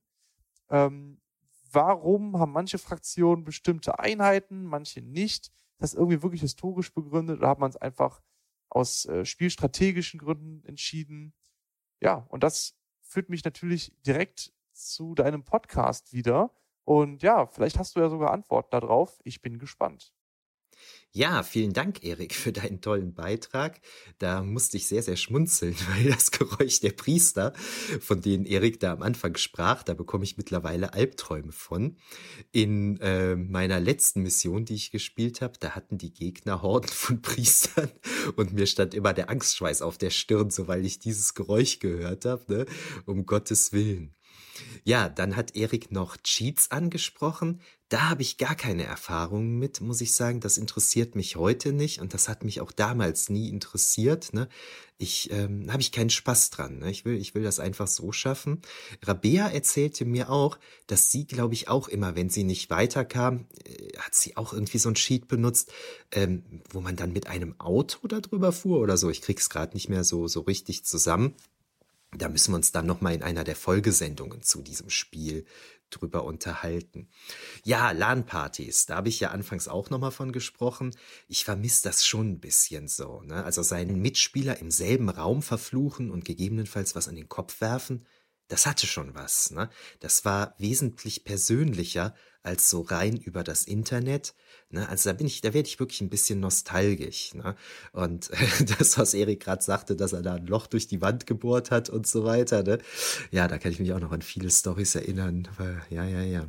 Ähm, warum haben manche Fraktionen bestimmte Einheiten, manche nicht? Das ist irgendwie wirklich historisch begründet oder hat man es einfach aus äh, spielstrategischen Gründen entschieden? Ja, und das führt mich natürlich direkt zu deinem Podcast wieder. Und ja, vielleicht hast du ja sogar Antworten darauf. Ich bin gespannt. Ja, vielen Dank, Erik, für deinen tollen Beitrag. Da musste ich sehr, sehr schmunzeln, weil das Geräusch der Priester, von denen Erik da am Anfang sprach, da bekomme ich mittlerweile Albträume von. In äh, meiner letzten Mission, die ich gespielt habe, da hatten die Gegner Horden von Priestern und mir stand immer der Angstschweiß auf der Stirn, so weil ich dieses Geräusch gehört habe, ne? Um Gottes Willen. Ja, dann hat Erik noch Cheats angesprochen. Da habe ich gar keine Erfahrungen mit, muss ich sagen. Das interessiert mich heute nicht und das hat mich auch damals nie interessiert. Ne? Ich ähm, habe ich keinen Spaß dran. Ne? Ich will, ich will das einfach so schaffen. Rabea erzählte mir auch, dass sie, glaube ich, auch immer, wenn sie nicht weiterkam, äh, hat sie auch irgendwie so ein Cheat benutzt, ähm, wo man dann mit einem Auto da drüber fuhr oder so. Ich krieg's gerade nicht mehr so so richtig zusammen. Da müssen wir uns dann noch mal in einer der Folgesendungen zu diesem Spiel drüber unterhalten. Ja, LAN-Partys, da habe ich ja anfangs auch noch mal von gesprochen. Ich vermisse das schon ein bisschen so, ne? Also seinen Mitspieler im selben Raum verfluchen und gegebenenfalls was an den Kopf werfen, das hatte schon was, ne? Das war wesentlich persönlicher als so rein über das Internet, ne? Also da bin ich, da werde ich wirklich ein bisschen nostalgisch, ne? Und das, was Erik gerade sagte, dass er da ein Loch durch die Wand gebohrt hat und so weiter, ne? Ja, da kann ich mich auch noch an viele Storys erinnern. Weil, ja, ja, ja.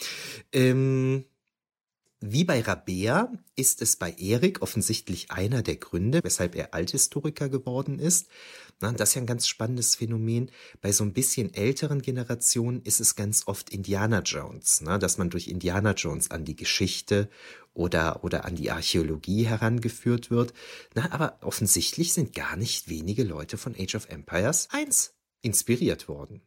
Ähm, Wie bei Rabea ist es bei Erik offensichtlich einer der Gründe, weshalb er Althistoriker geworden ist. Na, das ist ja ein ganz spannendes Phänomen. Bei so ein bisschen älteren Generationen ist es ganz oft Indiana Jones, ne? Dass man durch Indiana Jones an die Geschichte oder, oder an die Archäologie herangeführt wird. Na, aber offensichtlich sind gar nicht wenige Leute von Age of Empires eins inspiriert worden.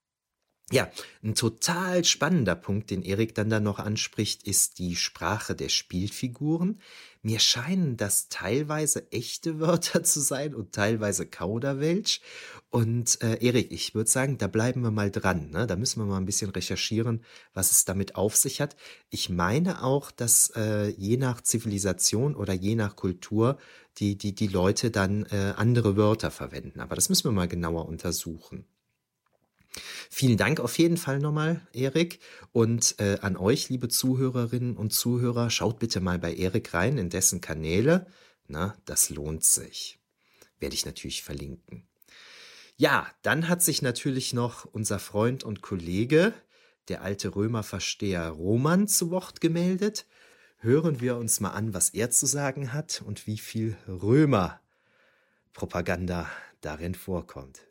Ja, ein total spannender Punkt, den Erik dann da noch anspricht, ist die Sprache der Spielfiguren. Mir scheinen das teilweise echte Wörter zu sein und teilweise Kauderwelsch. Und äh, Erik, ich würde sagen, da bleiben wir mal dran, ne? Da müssen wir mal ein bisschen recherchieren, was es damit auf sich hat. Ich meine auch, dass äh, je nach Zivilisation oder je nach Kultur die, die, die Leute dann äh, andere Wörter verwenden. Aber das müssen wir mal genauer untersuchen. Vielen Dank auf jeden Fall nochmal, Erik. Und äh, an euch, liebe Zuhörerinnen und Zuhörer, schaut bitte mal bei Erik rein in dessen Kanäle. Na, das lohnt sich. Werde ich natürlich verlinken. Ja, dann hat sich natürlich noch unser Freund und Kollege, der alte Römerversteher Roman, zu Wort gemeldet. Hören wir uns mal an, was er zu sagen hat und wie viel Römer-Propaganda darin vorkommt.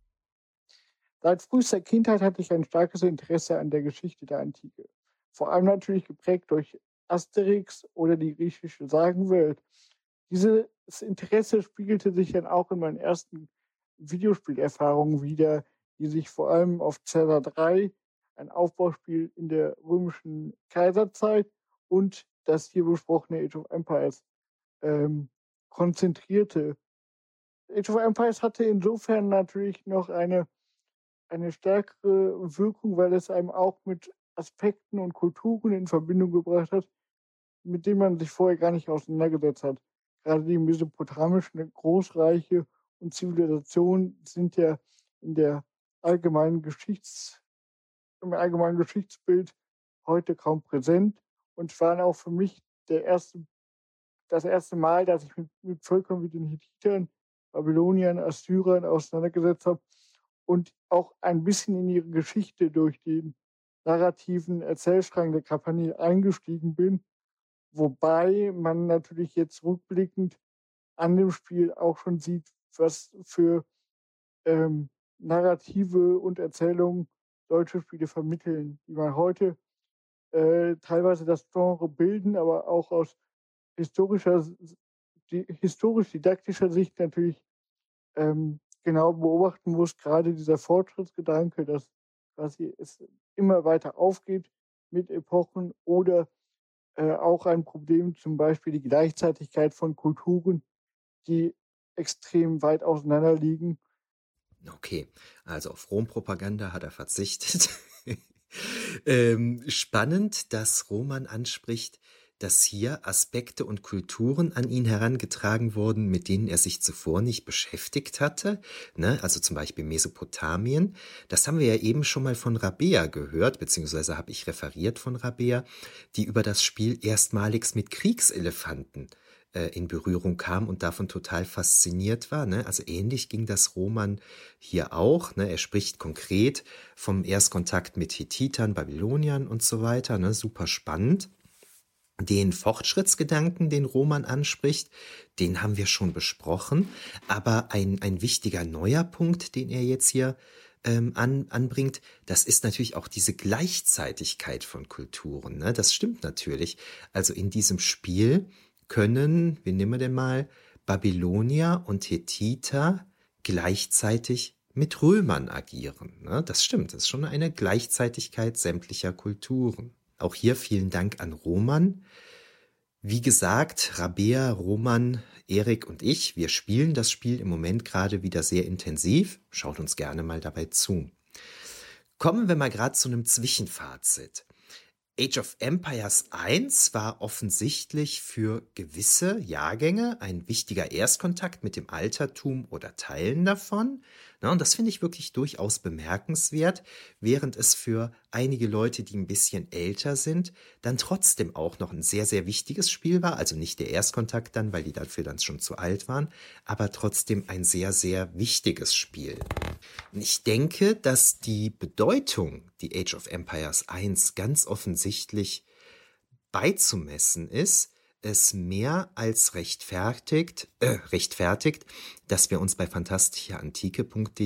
Seit frühester Kindheit hatte ich ein starkes Interesse an der Geschichte der Antike. Vor allem natürlich geprägt durch Asterix oder die griechische Sagenwelt. Dieses Interesse spiegelte sich dann auch in meinen ersten Videospielerfahrungen wider, die sich vor allem auf Caesar drei, ein Aufbauspiel in der römischen Kaiserzeit, und das hier besprochene Age of Empires ähm, konzentrierte. Age of Empires hatte insofern natürlich noch eine eine stärkere Wirkung, weil es einem auch mit Aspekten und Kulturen in Verbindung gebracht hat, mit denen man sich vorher gar nicht auseinandergesetzt hat. Gerade die mesopotamischen Großreiche und Zivilisationen sind ja in der allgemeinen Geschichts, im allgemeinen Geschichtsbild heute kaum präsent und waren auch für mich der erste, das erste Mal, dass ich mit, mit Völkern wie den Hethitern, Babyloniern, Assyrern auseinandergesetzt habe und auch ein bisschen in ihre Geschichte durch den narrativen Erzählstrang der Kampagne eingestiegen bin, wobei man natürlich jetzt rückblickend an dem Spiel auch schon sieht, was für ähm, Narrative und Erzählungen deutsche Spiele vermitteln, die man heute äh, teilweise das Genre bilden, aber auch aus historischer, die, historisch-didaktischer Sicht natürlich ähm, genau beobachten muss, gerade dieser Fortschrittsgedanke, dass quasi es immer weiter aufgeht mit Epochen, oder äh, auch ein Problem, zum Beispiel die Gleichzeitigkeit von Kulturen, die extrem weit auseinander liegen. Okay, also auf Rom-Propaganda hat er verzichtet. ähm, spannend, dass Roman anspricht, dass hier Aspekte und Kulturen an ihn herangetragen wurden, mit denen er sich zuvor nicht beschäftigt hatte, ne? Also zum Beispiel Mesopotamien. Das haben wir ja eben schon mal von Rabea gehört, beziehungsweise habe ich referiert von Rabea, die über das Spiel erstmalig mit Kriegselefanten äh, in Berührung kam und davon total fasziniert war, ne? Also ähnlich ging das Roman hier auch, ne? Er spricht konkret vom Erstkontakt mit Hethitern, Babyloniern und so weiter, ne? Super spannend. Den Fortschrittsgedanken, den Roman anspricht, den haben wir schon besprochen. Aber ein, ein wichtiger neuer Punkt, den er jetzt hier ähm, an, anbringt, das ist natürlich auch diese Gleichzeitigkeit von Kulturen. Ne? Das stimmt natürlich. Also in diesem Spiel können, wie nehmen wir denn mal, Babylonier und Hethiter gleichzeitig mit Römern agieren. Ne? Das stimmt. Das ist schon eine Gleichzeitigkeit sämtlicher Kulturen. Auch hier vielen Dank an Roman. Wie gesagt, Rabea, Roman, Erik und ich, wir spielen das Spiel im Moment gerade wieder sehr intensiv. Schaut uns gerne mal dabei zu. Kommen wir mal gerade zu einem Zwischenfazit. Age of Empires eins war offensichtlich für gewisse Jahrgänge ein wichtiger Erstkontakt mit dem Altertum oder Teilen davon. Na, und das finde ich wirklich durchaus bemerkenswert, während es für einige Leute, die ein bisschen älter sind, dann trotzdem auch noch ein sehr, sehr wichtiges Spiel war. Also nicht der Erstkontakt dann, weil die dafür dann schon zu alt waren, aber trotzdem ein sehr, sehr wichtiges Spiel. Und ich denke, dass die Bedeutung, die Age of Empires eins ganz offensichtlich beizumessen ist, es mehr als rechtfertigt, äh, rechtfertigt, dass wir uns bei fantastischeantike punkt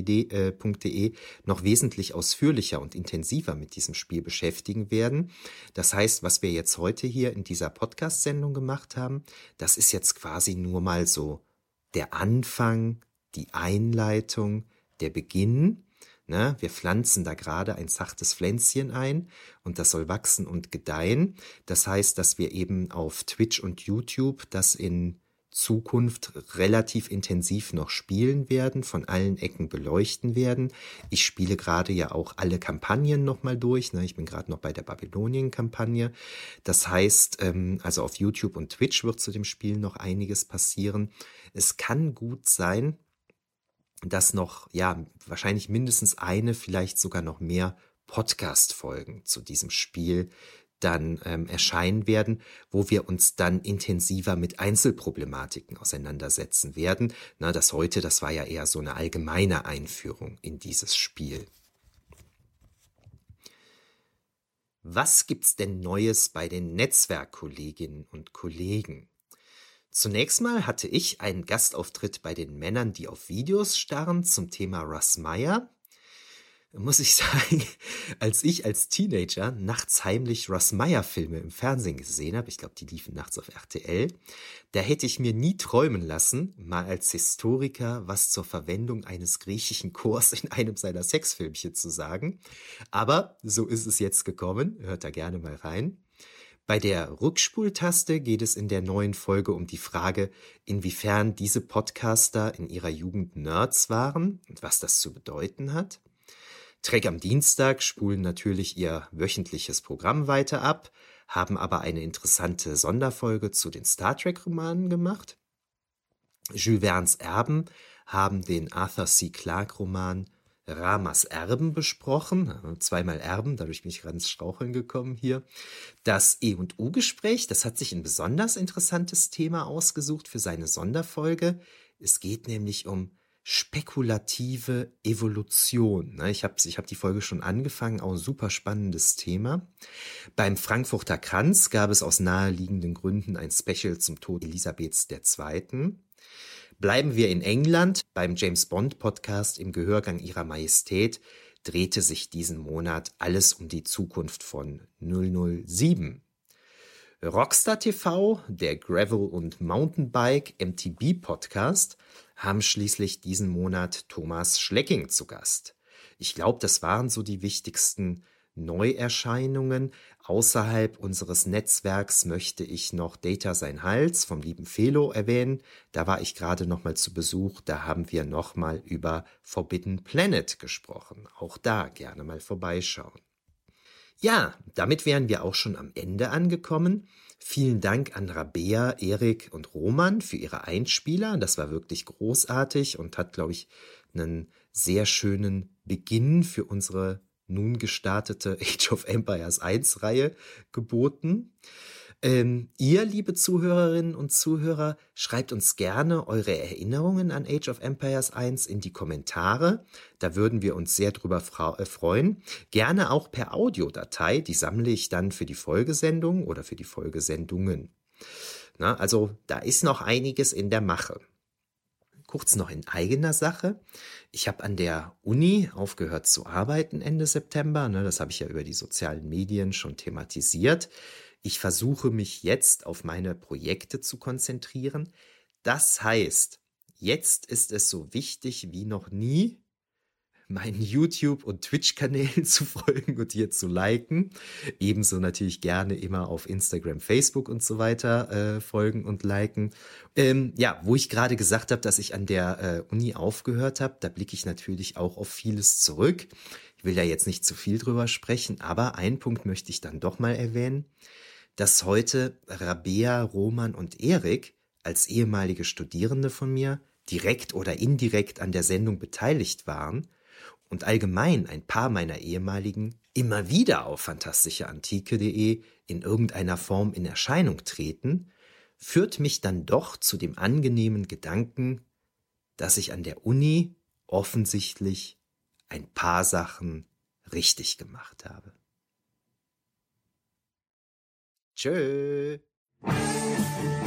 de noch wesentlich ausführlicher und intensiver mit diesem Spiel beschäftigen werden. Das heißt, was wir jetzt heute hier in dieser Podcast-Sendung gemacht haben, das ist jetzt quasi nur mal so der Anfang, die Einleitung, der Beginn. Ne, wir pflanzen da gerade ein zartes Pflänzchen ein und das soll wachsen und gedeihen. Das heißt, dass wir eben auf Twitch und YouTube das in Zukunft relativ intensiv noch spielen werden, von allen Ecken beleuchten werden. Ich spiele gerade ja auch alle Kampagnen nochmal durch. Ne? Ich bin gerade noch bei der Babylonien-Kampagne. Das heißt, ähm, also auf YouTube und Twitch wird zu dem Spiel noch einiges passieren. Es kann gut sein, dass noch, ja, wahrscheinlich mindestens eine, vielleicht sogar noch mehr Podcast-Folgen zu diesem Spiel dann ähm, erscheinen werden, wo wir uns dann intensiver mit Einzelproblematiken auseinandersetzen werden. Na, das heute, das war ja eher so eine allgemeine Einführung in dieses Spiel. Was gibt's denn Neues bei den Netzwerkkolleginnen und Kollegen? Zunächst mal hatte ich einen Gastauftritt bei den Männern, die auf Videos starren, zum Thema Russ Meyer. Muss ich sagen, als ich als Teenager nachts heimlich Russ Meyer Filme im Fernsehen gesehen habe, ich glaube, die liefen nachts auf R T L, da hätte ich mir nie träumen lassen, mal als Historiker was zur Verwendung eines griechischen Chors in einem seiner Sexfilmchen zu sagen. Aber so ist es jetzt gekommen, hört da gerne mal rein. Bei der Rückspultaste geht es in der neuen Folge um die Frage, inwiefern diese Podcaster in ihrer Jugend Nerds waren und was das zu bedeuten hat. Trek am Dienstag spulen natürlich ihr wöchentliches Programm weiter ab, haben aber eine interessante Sonderfolge zu den Star Trek-Romanen gemacht. Jules Verne's Erben haben den Arthur C. Clarke-Roman Ramas Erben besprochen, zweimal Erben, dadurch bin ich gerade ins Straucheln gekommen hier. Das E und U-Gespräch, das hat sich ein besonders interessantes Thema ausgesucht für seine Sonderfolge. Es geht nämlich um spekulative Evolution. Ich habe ich hab die Folge schon angefangen, auch ein super spannendes Thema. Beim Frankfurter Kranz gab es aus naheliegenden Gründen ein Special zum Tod Elisabeths der Zweiten. Bleiben wir in England. Beim James Bond Podcast im Gehörgang ihrer Majestät drehte sich diesen Monat alles um die Zukunft von null null sieben. Rockstar T V, der Gravel- und Mountainbike-M T B-Podcast, haben schließlich diesen Monat Thomas Schlecking zu Gast. Ich glaube, das waren so die wichtigsten Neuerscheinungen. Außerhalb unseres Netzwerks möchte ich noch Data sein Hals vom lieben Felo erwähnen. Da war ich gerade noch mal zu Besuch. Da haben wir noch mal über Forbidden Planet gesprochen. Auch da gerne mal vorbeischauen. Ja, damit wären wir auch schon am Ende angekommen. Vielen Dank an Rabea, Erik und Roman für ihre Einspieler. Das war wirklich großartig und hat, glaube ich, einen sehr schönen Beginn für unsere nun gestartete Age of Empires eins Reihe geboten. Ähm, ihr, liebe Zuhörerinnen und Zuhörer, schreibt uns gerne eure Erinnerungen an Age of Empires eins in die Kommentare. Da würden wir uns sehr drüber freuen. Gerne auch per Audiodatei. Die sammle ich dann für die Folgesendung oder für die Folgesendungen. Na, also da ist noch einiges in der Mache. Kurz noch in eigener Sache. Ich habe an der Uni aufgehört zu arbeiten Ende September. Ne, das habe ich ja über die sozialen Medien schon thematisiert. Ich versuche mich jetzt auf meine Projekte zu konzentrieren. Das heißt, jetzt ist es so wichtig wie noch nie, meinen YouTube- und Twitch-Kanälen zu folgen und hier zu liken. Ebenso natürlich gerne immer auf Instagram, Facebook und so weiter äh, folgen und liken. Ähm, ja, wo ich gerade gesagt habe, dass ich an der äh, Uni aufgehört habe, da blicke ich natürlich auch auf vieles zurück. Ich will da jetzt nicht zu viel drüber sprechen, aber einen Punkt möchte ich dann doch mal erwähnen, dass heute Rabea, Roman und Erik als ehemalige Studierende von mir direkt oder indirekt an der Sendung beteiligt waren und allgemein ein paar meiner ehemaligen immer wieder auf fantastischeantike punkt de in irgendeiner Form in Erscheinung treten, führt mich dann doch zu dem angenehmen Gedanken, dass ich an der Uni offensichtlich ein paar Sachen richtig gemacht habe. Tschö.